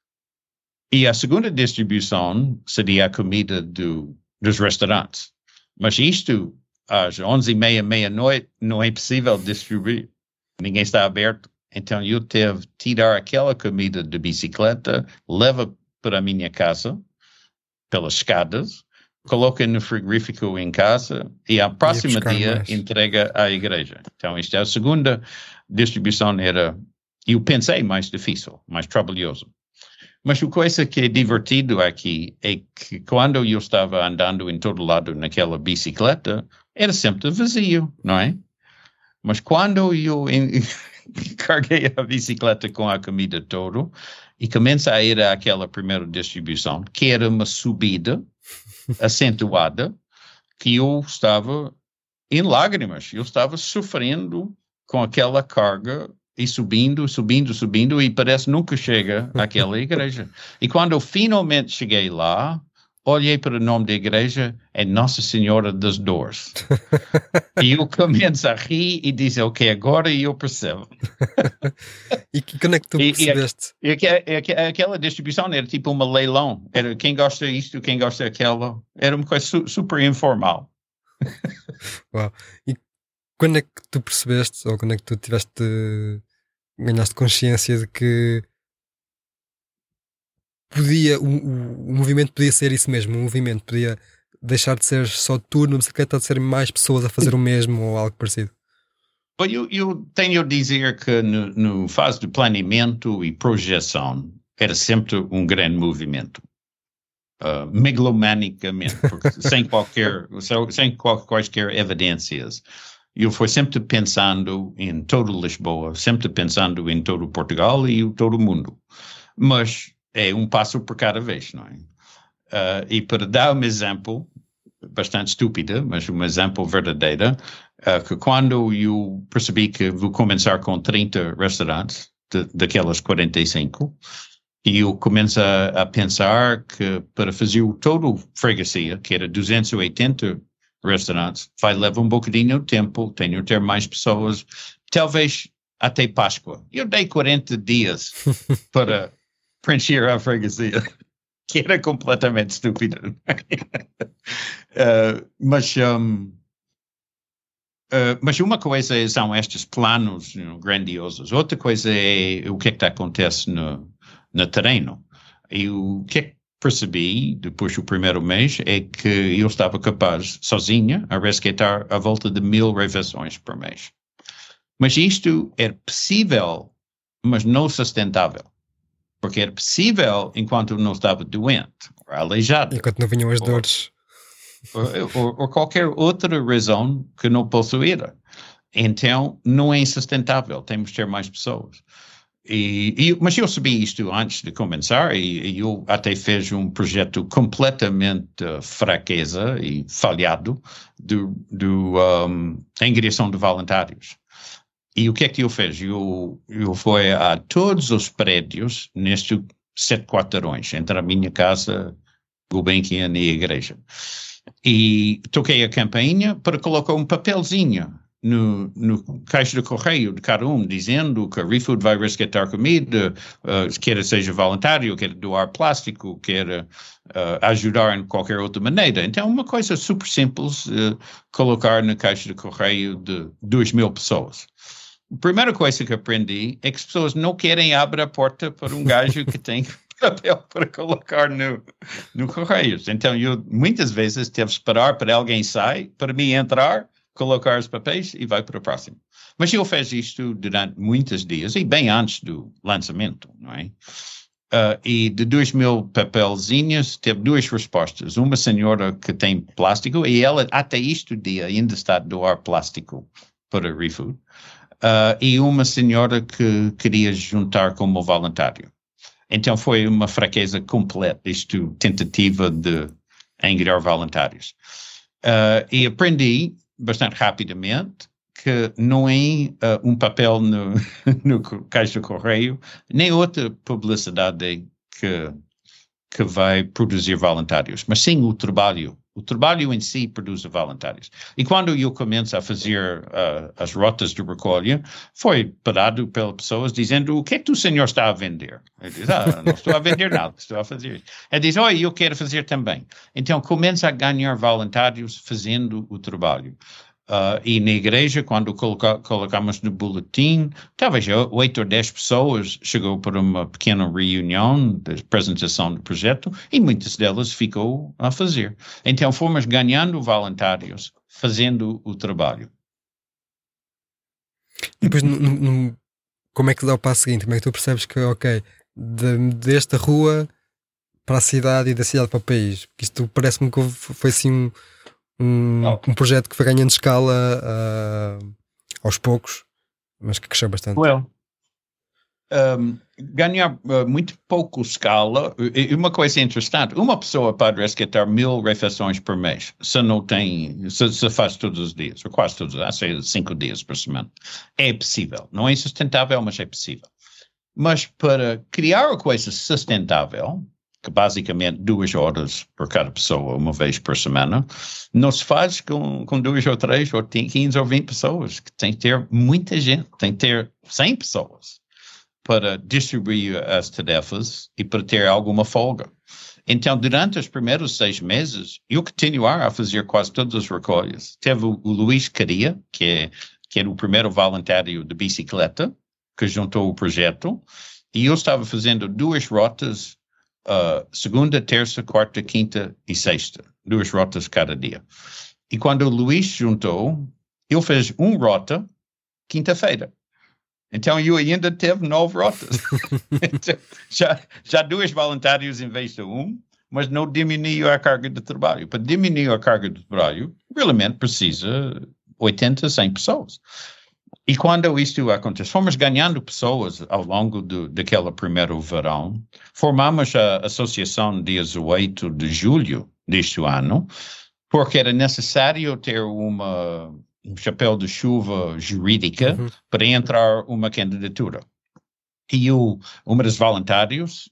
E a segunda distribuição seria a comida dos restaurantes. Mas isto, às 11:30, meia-noite, não é possível distribuir. Ninguém está aberto. Então eu tive de tirar aquela comida de bicicleta, leva para a minha casa, pelas escadas, coloca no frigorífico em casa, e ao próximo dia entrega à igreja. Então isto é a segunda distribuição, eu pensei mais difícil, mais trabalhoso. Mas a coisa que é divertido aqui é que quando eu estava andando em todo lado naquela bicicleta, era sempre vazio, não é? Mas quando eu carreguei a bicicleta com a comida toda e começa a ir àquela primeira distribuição, que era uma subida acentuada, que eu estava em lágrimas, eu estava sofrendo com aquela carga e subindo, e parece nunca chega àquela igreja. E quando eu finalmente cheguei lá, olhei para o nome da igreja, é Nossa Senhora das Dores. E eu começo a rir e dizer, ok, agora eu percebo. E quando é que tu percebeste? Aquela distribuição era tipo uma leilão. Era quem gosta disto, quem gosta daquela. Era uma coisa super informal. Uau. E quando é que tu percebeste, ou quando é que tu ganhaste consciência de que o movimento podia ser isso mesmo, o movimento podia deixar de ser só tu numa bicicleta, de ser mais pessoas a fazer o mesmo ou algo parecido? Eu tenho a dizer que no fase de planeamento e projeção era sempre um grande movimento. Megalomanicamente, porque sem quaisquer evidências. Eu fui sempre pensando em todo Lisboa, sempre pensando em todo Portugal e todo o mundo. Mas é um passo por cada vez, não é? E para dar um exemplo, bastante estúpida, mas um exemplo verdadeiro, que quando eu percebi que vou começar com 30 restaurantes, daquelas 45, e eu começo a pensar que para fazer todo o freguesia, que era 280 restaurantes, vai levar um bocadinho de tempo, tenho de ter mais pessoas, talvez até Páscoa. Eu dei 40 dias para preencher a freguesia, que era completamente estúpido. Mas uma coisa são estes planos grandiosos, outra coisa é o que é que acontece no terreno. E o que é que percebi depois do primeiro mês é que eu estava capaz, sozinha, a resgatar a volta de 1.000 refeições por mês. Mas isto era possível, mas não sustentável. Porque era possível enquanto eu não estava doente, ou aleijado. Enquanto não vinham as dores. Ou qualquer outra razão que não posso ir. Então, não é insustentável, temos de ter mais pessoas. Mas eu sabia isto antes de começar, e eu até fiz um projeto completamente fraqueza e falhado em criação de voluntários. E o que é que eu fiz? Eu fui a todos os prédios nestes 7 quarteirões, entre a minha casa, Gulbenkian e a igreja. E toquei a campainha para colocar um papelzinho no caixa de correio de cada um, dizendo que a ReFood vai resgatar comida, quer seja voluntário, quer doar plástico, quer ajudar em qualquer outra maneira. Então, uma coisa super simples, colocar na caixa de correio de 2.000 pessoas. a primeira coisa que aprendi é que as pessoas não querem abrir a porta para um gajo que tem papel para colocar no Correios. Então, eu muitas vezes tive que esperar para alguém sair, para mim entrar, colocar os papéis e vai para o próximo. Mas eu fiz isto durante muitos dias e bem antes do lançamento, não é? E de 2.000 papelzinhos, teve duas respostas. Uma senhora que tem plástico e ela até este dia ainda está a doar plástico para ReFood. E uma senhora que queria juntar como voluntário. Então foi uma fraqueza completa, isto, tentativa de angariar voluntários. E aprendi bastante rapidamente que não é um papel no caixa do correio, nem outra publicidade que vai produzir voluntários, mas sim o trabalho. O trabalho em si produz voluntários. E quando eu começo a fazer as rotas de recolha, foi parado pelas pessoas dizendo: o que é que o senhor está a vender? Eu disse: não estou a vender nada, estou a fazer. Ele diz: olha, eu quero fazer também. Então começa a ganhar voluntários fazendo o trabalho. E na igreja, quando colocamos no boletim, talvez 8 ou 10 pessoas chegou para uma pequena reunião de apresentação do projeto e muitas delas ficou a fazer. Então fomos ganhando voluntários fazendo o trabalho. E depois, como é que dá o passo seguinte? Como é que tu percebes que, ok, desta rua para a cidade e da cidade para o país? Porque isto parece-me que foi assim um projeto que foi ganhando escala aos poucos, mas que cresceu bastante. Ganhar muito pouco escala. E uma coisa interessante, uma pessoa pode resgatar 1.000 refeições por mês, se faz todos os dias, ou quase todos, 5 dias por semana. É possível. Não é sustentável, mas é possível. Mas para criar uma coisa sustentável, que basicamente 2 horas por cada pessoa, uma vez por semana, não se faz com 2 ou 3 ou 15 ou 20 pessoas, que tem que ter muita gente, tem que ter 100 pessoas para distribuir as tarefas e para ter alguma folga. Então, durante os primeiros 6 meses, eu continuar a fazer quase todas as recolhas. Teve o Luís Caria, que era o primeiro voluntário de bicicleta, que juntou o projeto, e eu estava fazendo 2 rotas, segunda, terça, quarta, quinta e sexta. 2 rotas cada dia. E quando o Luís juntou, ele fez 1 rota quinta-feira. Então eu ainda teve 9 rotas. Então, já 2 voluntários em vez de 1, mas não diminuiu a carga de trabalho. Para diminuir a carga de trabalho, realmente precisa 80, 100 pessoas. E quando isto acontece, fomos ganhando pessoas ao longo daquele primeiro verão. Formamos a associação dia 18 de julho deste ano, porque era necessário ter um chapéu de chuva jurídica para entrar uma candidatura. E uma das voluntários,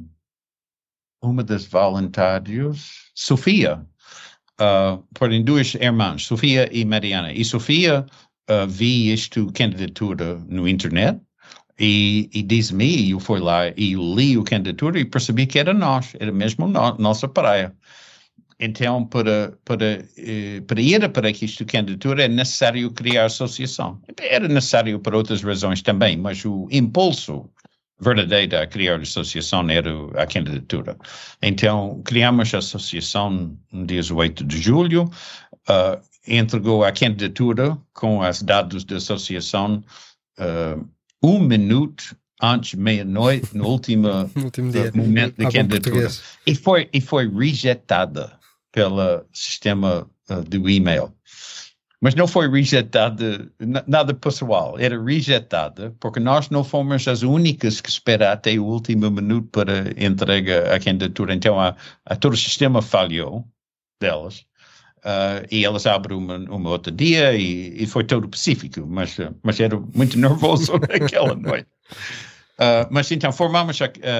Sofia, foram 2 irmãs, Sofia e Mariana. E Sofia vi esta candidatura no internet e disse-me, eu fui lá e eu li a candidatura e percebi que era mesmo nossa praia. Então, para ir para esta candidatura é necessário criar associação. Era necessário para outras razões também, mas o impulso verdadeiro a criar associação era a candidatura. Então, criamos a associação no dia 8 de julho, entregou a candidatura com os dados da associação 1 minuto antes de meia-noite, no último momento da candidatura. E foi rejeitada pelo sistema do e-mail. Mas não foi rejeitada, nada pessoal, era rejeitada porque nós não fomos as únicas que esperaram até o último minuto para entrega a candidatura. Então, todo o sistema falhou delas. E elas abrem uma outra dia e foi todo pacífico, mas era muito nervoso naquela noite. Mas então formamos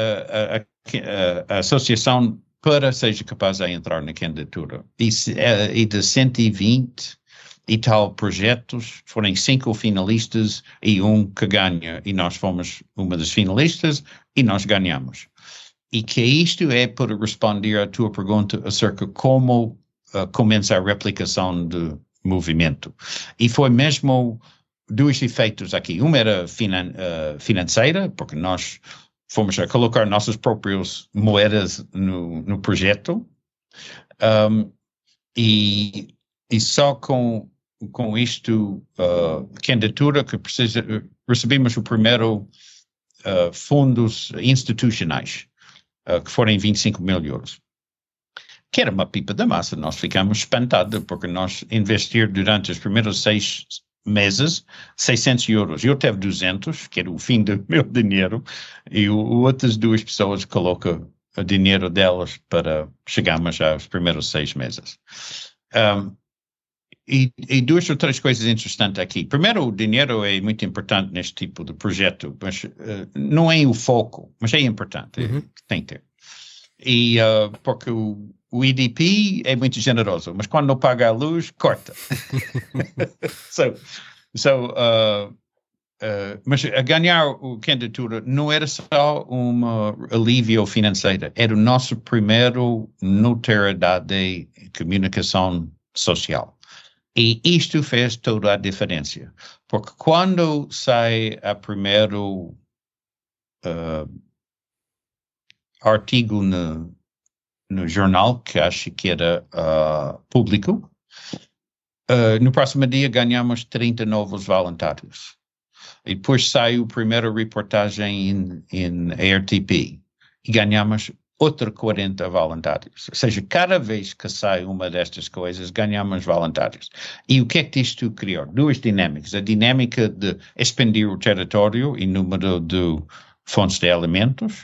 a associação para seja capaz de entrar na candidatura. E de 120 e tal projetos, foram 5 finalistas e 1 que ganha. E nós fomos uma das finalistas e nós ganhamos. E que isto é para responder à tua pergunta acerca de como começa a replicação do movimento. E foi mesmo dois efeitos aqui. Um era financeira, porque nós fomos a colocar nossas próprias moedas no projeto, e só com isto, candidatura que recebemos o primeiro fundos institucionais, que foram 25 mil euros. Que era uma pipa da massa. Nós ficamos espantados, porque nós investir durante os primeiros 6 meses 600 euros. Eu teve 200, que era o fim do meu dinheiro, e outras duas pessoas colocam o dinheiro delas para chegarmos aos primeiros 6 meses. E duas ou três coisas interessantes aqui. Primeiro, o dinheiro é muito importante neste tipo de projeto, mas não é o foco, mas é importante, tem que ter. E porque o EDP é muito generoso, mas quando não paga a luz, corta. Mas a ganhar a candidatura não era só um alívio financeiro, era o nosso primeiro notoriedade de comunicação social. E isto fez toda a diferença, porque quando sai a primeiro artigo no jornal, que acho que era público, no próximo dia ganhamos 30 novos voluntários. E depois sai a primeira reportagem em ARTP e ganhamos outra 40 voluntários. Ou seja, cada vez que sai uma destas coisas, ganhamos voluntários. E o que é que isto criou? Duas dinâmicas. A dinâmica de expandir o território e número de fontes de alimentos.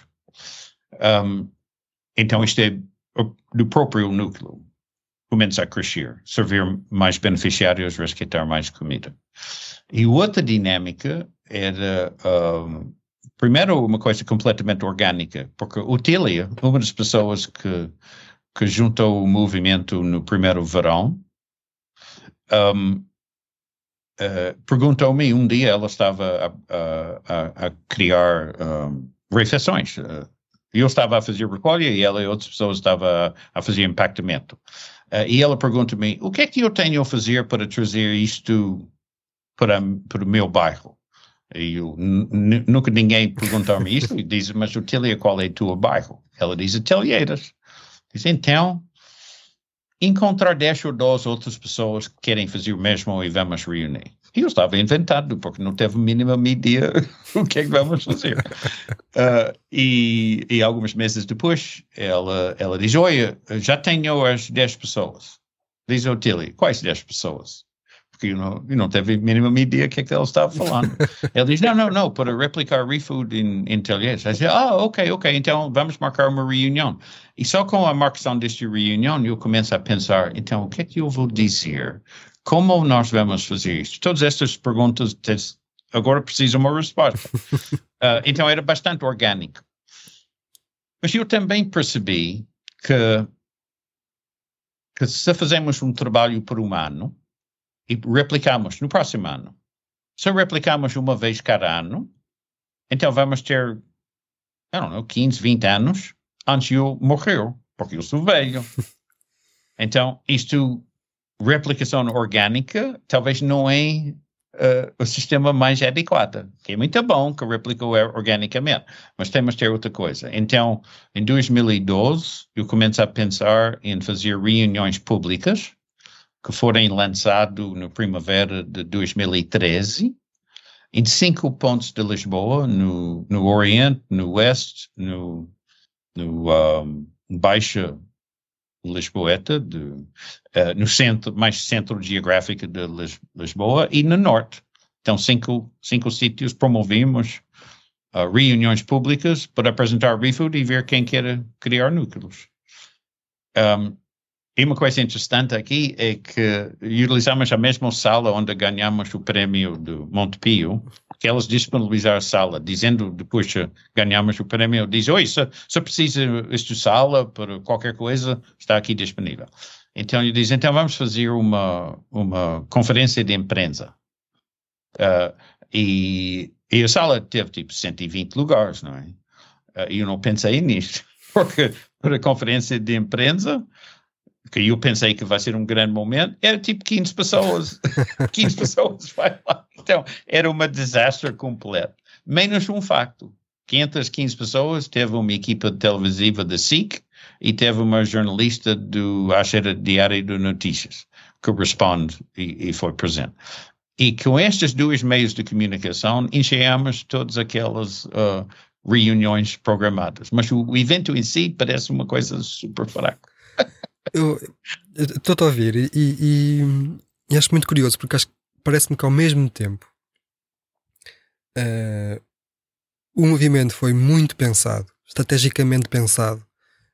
Então, isto é do próprio núcleo. Começa a crescer, servir mais beneficiários, resgatar mais comida. E outra dinâmica era, primeiro, uma coisa completamente orgânica, porque o Tília, uma das pessoas que juntou o movimento no primeiro verão, perguntou-me um dia, ela estava a criar refeições. Eu estava a fazer recolha e ela e outras pessoas estavam a fazer impactamento. E ela pergunta-me, o que é que eu tenho a fazer para trazer isto para o meu bairro? E nunca ninguém perguntou-me isso. E diz, mas Otília, qual é o teu bairro? Ela diz, Atelheiras. Diz, então, encontrar 10 ou 12 outras pessoas que querem fazer o mesmo e vamos reunir. E eu estava inventado, porque não teve a mínima ideia o que é que vamos fazer. E alguns meses depois, ela diz, olha, já tenho as 10 pessoas. Diz a Otília, quais 10 pessoas? Porque eu não teve a mínima ideia o que é que ela estava falando. Ela diz, não, para replicar ReFood em Telheiras. Eu diz, ok, então vamos marcar uma reunião. E só com a marcação desta reunião, eu começo a pensar, então, o que é que eu vou dizer? Como nós vamos fazer isto? Todas estas perguntas agora precisam uma resposta. Então era bastante orgânico. Mas eu também percebi que se fazemos um trabalho por um ano e replicamos no próximo ano, se replicamos uma vez cada ano, então vamos ter, 15, 20 anos antes de eu morrer, porque eu sou velho. Então, replicação orgânica talvez não é o sistema mais adequado, que é muito bom que replicou organicamente, mas temos de ter outra coisa. Então, em 2012, eu comecei a pensar em fazer reuniões públicas que forem lançadas na primavera de 2013, em 5 pontos de Lisboa, no Oriente, no Oeste, no Baixa Lisboeta, no centro, mais centro geográfico de Lisboa, e no Norte. Então, 5 sítios promovemos reuniões públicas para apresentar ReFood e ver quem quer criar núcleos. E uma coisa interessante aqui é que utilizamos a mesma sala onde ganhamos o prémio do Montepio, que elas disponibilizaram a sala, dizendo depois que ganhamos o prémio, diz, oi, se precisa esta sala para qualquer coisa, está aqui disponível. Então ele diz, então vamos fazer uma conferência de imprensa. E a sala teve tipo 120 lugares, não é? E eu não pensei nisto, porque para a conferência de imprensa, que eu pensei que vai ser um grande momento, era tipo 15 pessoas. 15 pessoas vai lá. Então, era um desastre completo. Menos um facto. 515 pessoas, teve uma equipa televisiva da SIC e teve uma jornalista acho que era Diário de Notícias, que responde e foi presente. E com estes dois meios de comunicação, enchemos todas aquelas reuniões programadas. Mas o evento em si parece uma coisa super fraca. Eu estou a ouvir e acho muito curioso, porque parece-me que ao mesmo tempo o movimento foi muito pensado, estrategicamente pensado,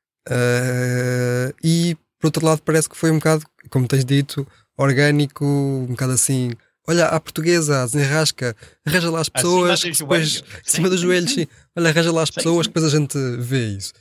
e por outro lado parece que foi um bocado, como tens dito, orgânico, um bocado assim. Olha, à portuguesa, a desenrasca, arranja lá as pessoas, depois, em cima dos joelhos, sim. Olha, arranja lá as pessoas, que depois a gente vê isso.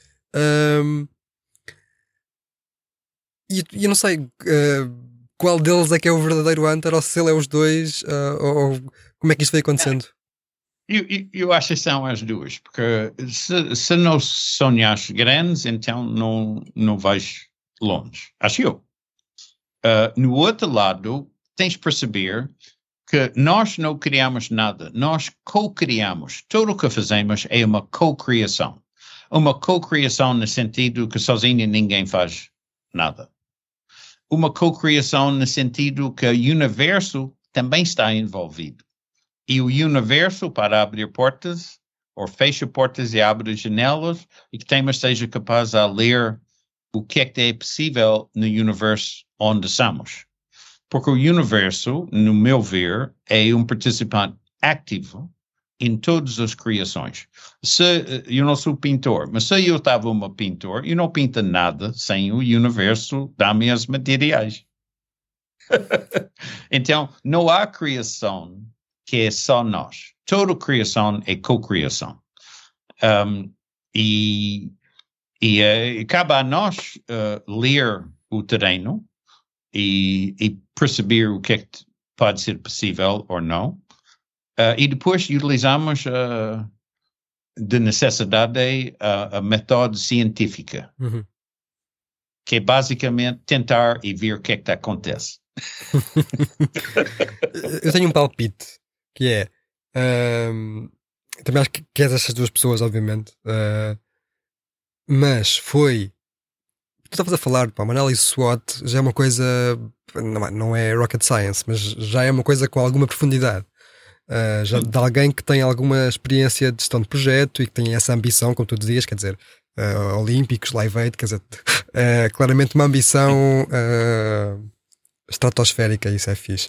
E eu não sei qual deles é que é o verdadeiro Hunter, ou se ele é os dois, ou como é que isto veio acontecendo. Eu acho que são as duas, porque se não sonhas grandes, então não vais longe. Acho eu. No outro lado, tens de perceber que nós não criamos nada, nós co-criamos. Tudo o que fazemos é uma co-criação. Uma co-criação no sentido que sozinho ninguém faz nada. Uma co-criação no sentido que o universo também está envolvido. E o universo, para abrir portas, ou fecha portas e abre janelas, e que Temas seja capaz de ler o que é possível no universo onde estamos. Porque o universo, no meu ver, é um participante ativo em todas as criações. Eu não sou pintor, mas se eu estava um pintor, eu não pinto nada sem o universo dar-me os materiais. Então, não há criação que é só nós. Toda criação é co-criação. E cabe a nós ler o terreno e perceber o que é que pode ser possível ou não. E depois utilizamos de necessidade a método científica, que é basicamente tentar e ver o que é que acontece. Eu tenho um palpite, que é também acho que és essas duas pessoas, obviamente, mas foi... Tu estavas a falar, uma análise SWOT já é uma coisa, não é rocket science, mas já é uma coisa com alguma profundidade. Já de alguém que tem alguma experiência de gestão de projeto e que tem essa ambição, como tu dizias, quer dizer, olímpicos, Live Aid, quer dizer, claramente uma ambição estratosférica, isso é fixe.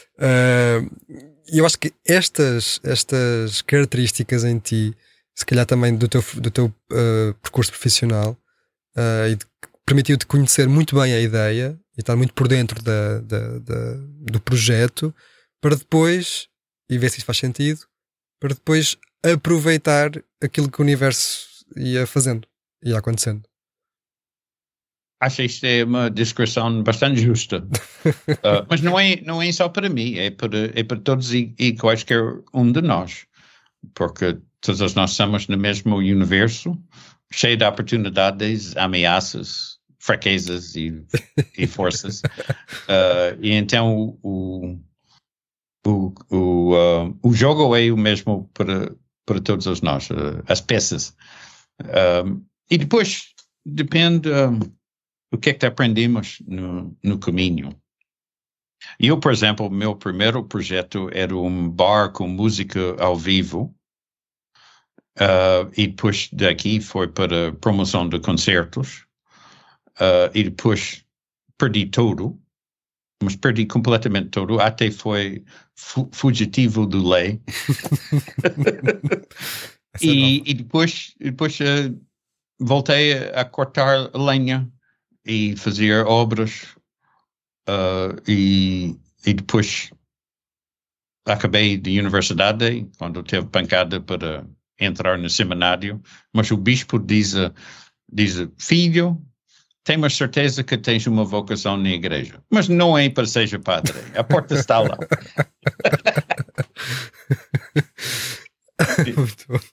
E eu acho que estas características em ti, se calhar também do teu percurso profissional, permitiu-te conhecer muito bem a ideia e estar muito por dentro do projeto, para depois, e ver se isto faz sentido, para depois aproveitar aquilo que o universo ia fazendo, ia acontecendo. Acho que isto é uma descrição bastante justa. Mas não é só para mim, é para todos e quaisquer um de nós. Porque todos nós estamos no mesmo universo, cheio de oportunidades, ameaças, fraquezas e forças. E então o jogo é o mesmo para todos nós, as peças. E depois depende do que é que aprendemos no caminho. Eu, por exemplo, meu primeiro projeto era um bar com música ao vivo. E depois daqui foi para promoção de concertos. E depois perdi tudo. Mas perdi completamente tudo. Até foi fugitivo de lei. E depois voltei a cortar lenha e fazer obras. E depois acabei de universidade, quando teve pancada para entrar no seminário, mas o bispo diz filho, temos certeza que tens uma vocação na igreja, mas não é para seja padre, a porta está lá. Muito bom.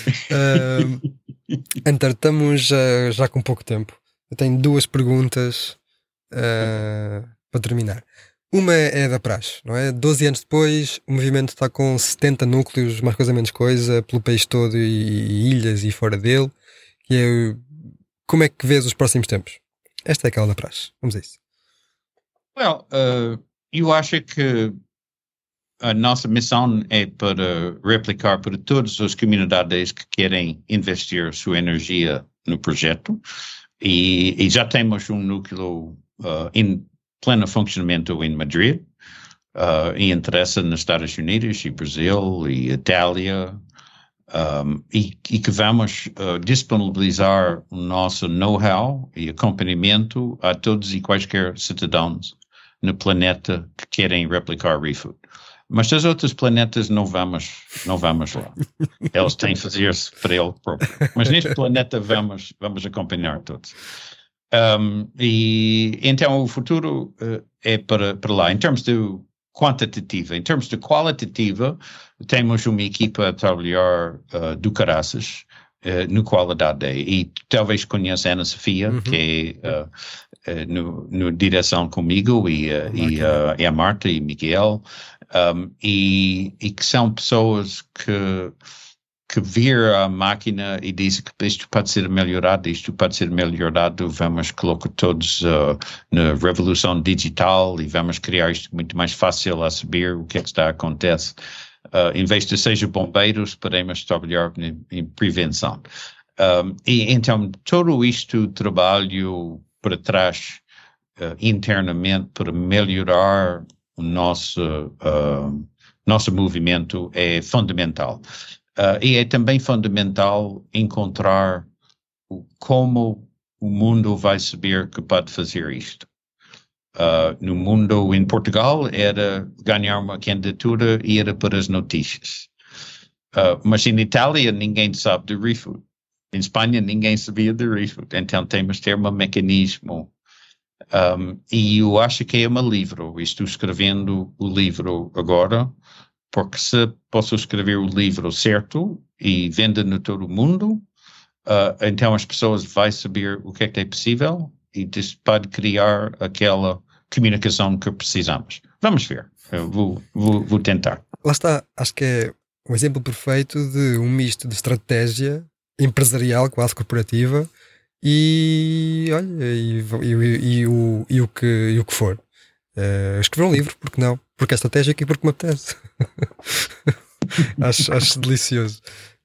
Hunter, estamos já com pouco tempo. Eu tenho duas perguntas para terminar. Uma é da praxe, não é? 12 anos depois, o movimento está com 70 núcleos, mais coisa menos coisa, pelo país todo e ilhas e fora dele. Que é, como é que vês os próximos tempos? Esta é aquela da praxe. Vamos a isso. Well, eu acho que a nossa missão é para replicar para todas as comunidades que querem investir sua energia no projeto e já temos um núcleo em pleno funcionamento em Madrid e interessa nos Estados Unidos e Brasil e Itália e que vamos disponibilizar o nosso know-how e acompanhamento a todos e quaisquer cidadãos no planeta que querem replicar ReFood. Mas dos outros planetas não vamos lá. Eles têm que fazer-se para ele próprio. Mas neste planeta vamos acompanhar todos. E então o futuro é para lá. Em termos de quantitativa, em termos de qualitativa, temos uma equipa a trabalhar do caraças no qualidade. E talvez conheça a Ana Sofia, que é no direção comigo, e a Marta e Miguel, e que são pessoas que viram a máquina e dizem que isto pode ser melhorado, vamos colocar todos na revolução digital e vamos criar isto muito mais fácil a saber o que é que está a acontecer. Em vez de seja bombeiros, podemos trabalhar em prevenção. E então, todo isto trabalho para trás internamente para melhorar o nosso movimento é fundamental. E é também fundamental encontrar como o mundo vai saber que pode fazer isto. No mundo, em Portugal, era ganhar uma candidatura e era para as notícias. Mas em Itália, ninguém sabe de ReFood. Em Espanha, ninguém sabia de ReFood. Então, temos de ter um mecanismo. E eu acho que é um livro. Estou escrevendo o livro agora, porque se posso escrever o livro certo e vender no todo o mundo, então as pessoas vão saber o que é possível e pode criar aquela comunicação que precisamos. Vamos ver. Eu vou tentar. Lá está. Acho que é um exemplo perfeito de um misto de estratégia empresarial, quase corporativa, e o que for. Escrever um livro, porque não? Porque é estratégico e porque me apetece. acho delicioso.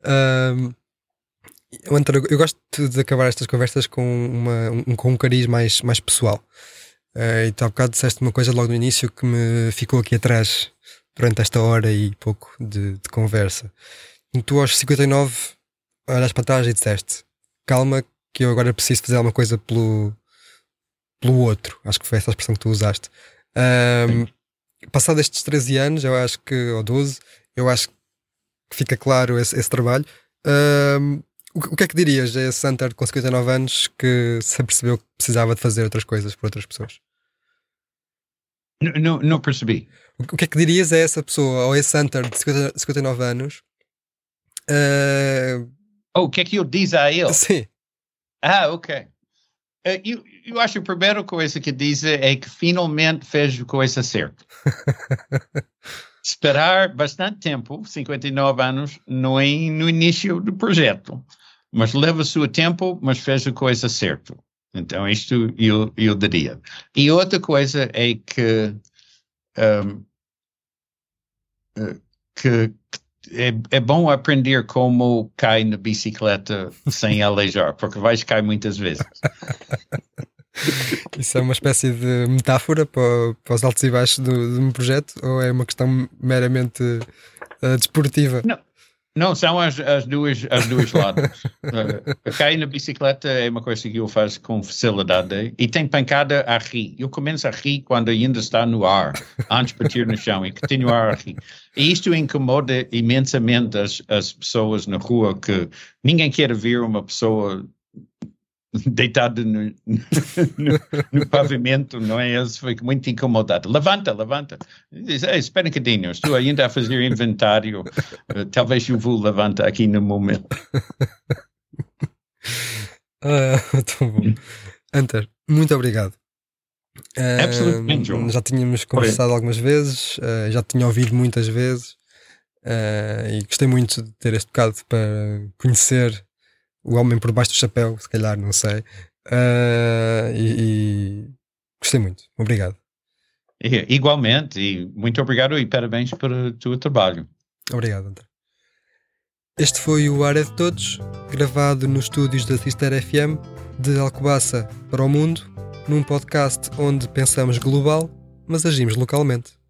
António, eu gosto de acabar estas conversas com um cariz mais pessoal. E tu há bocado disseste uma coisa logo no início que me ficou aqui atrás durante esta hora e pouco de conversa. E tu aos 59 olhas para trás e disseste: calma, que eu agora preciso fazer alguma coisa pelo outro. Acho que foi essa a expressão que tu usaste. Passado estes 13 anos, eu acho que, ou 12, eu acho que fica claro esse trabalho. O que é que dirias a esse Hunter com 59 anos que se apercebeu que precisava de fazer outras coisas por outras pessoas? Não percebi. O que é que dirias a essa pessoa, ou esse Hunter de 59 anos? O que é que eu disse a ele? Sim. Ok. Eu acho que a primeira coisa que diz é que finalmente fez a coisa certa. Esperar bastante tempo, 59 anos, não é no início do projeto, mas leva o seu tempo, mas fez a coisa certa. Então, isto eu diria. E outra coisa é que é bom aprender como cai na bicicleta sem aleijar, porque vais cair muitas vezes. Isso é uma espécie de metáfora para os altos e baixos de um projeto, ou é uma questão meramente desportiva? Não, são as duas lados. Cair na bicicleta é uma coisa que eu faço com facilidade e tem pancada a rir. Eu começo a rir quando ainda está no ar, antes de bater no chão e continuar a rir. E isto incomoda imensamente as pessoas na rua, que ninguém quer ver uma pessoa deitada no pavimento, não é? Eles ficam muito incomodados. Levanta. Diz, espera um bocadinho, estou ainda a fazer inventário. Talvez eu vou levantar aqui no momento. Tão bom. Hunter, muito obrigado. Absolutamente, João. Já tínhamos conversado algumas vezes, já tinha ouvido muitas vezes, e gostei muito de ter este bocado para conhecer o homem por baixo do chapéu, se calhar, não sei. E gostei muito. Obrigado. Igualmente, e muito obrigado e parabéns pelo teu trabalho. Obrigado, André. Este foi o Ar é de Todos, gravado nos estúdios da Sister FM, de Alcobaça para o mundo, num podcast onde pensamos global, mas agimos localmente.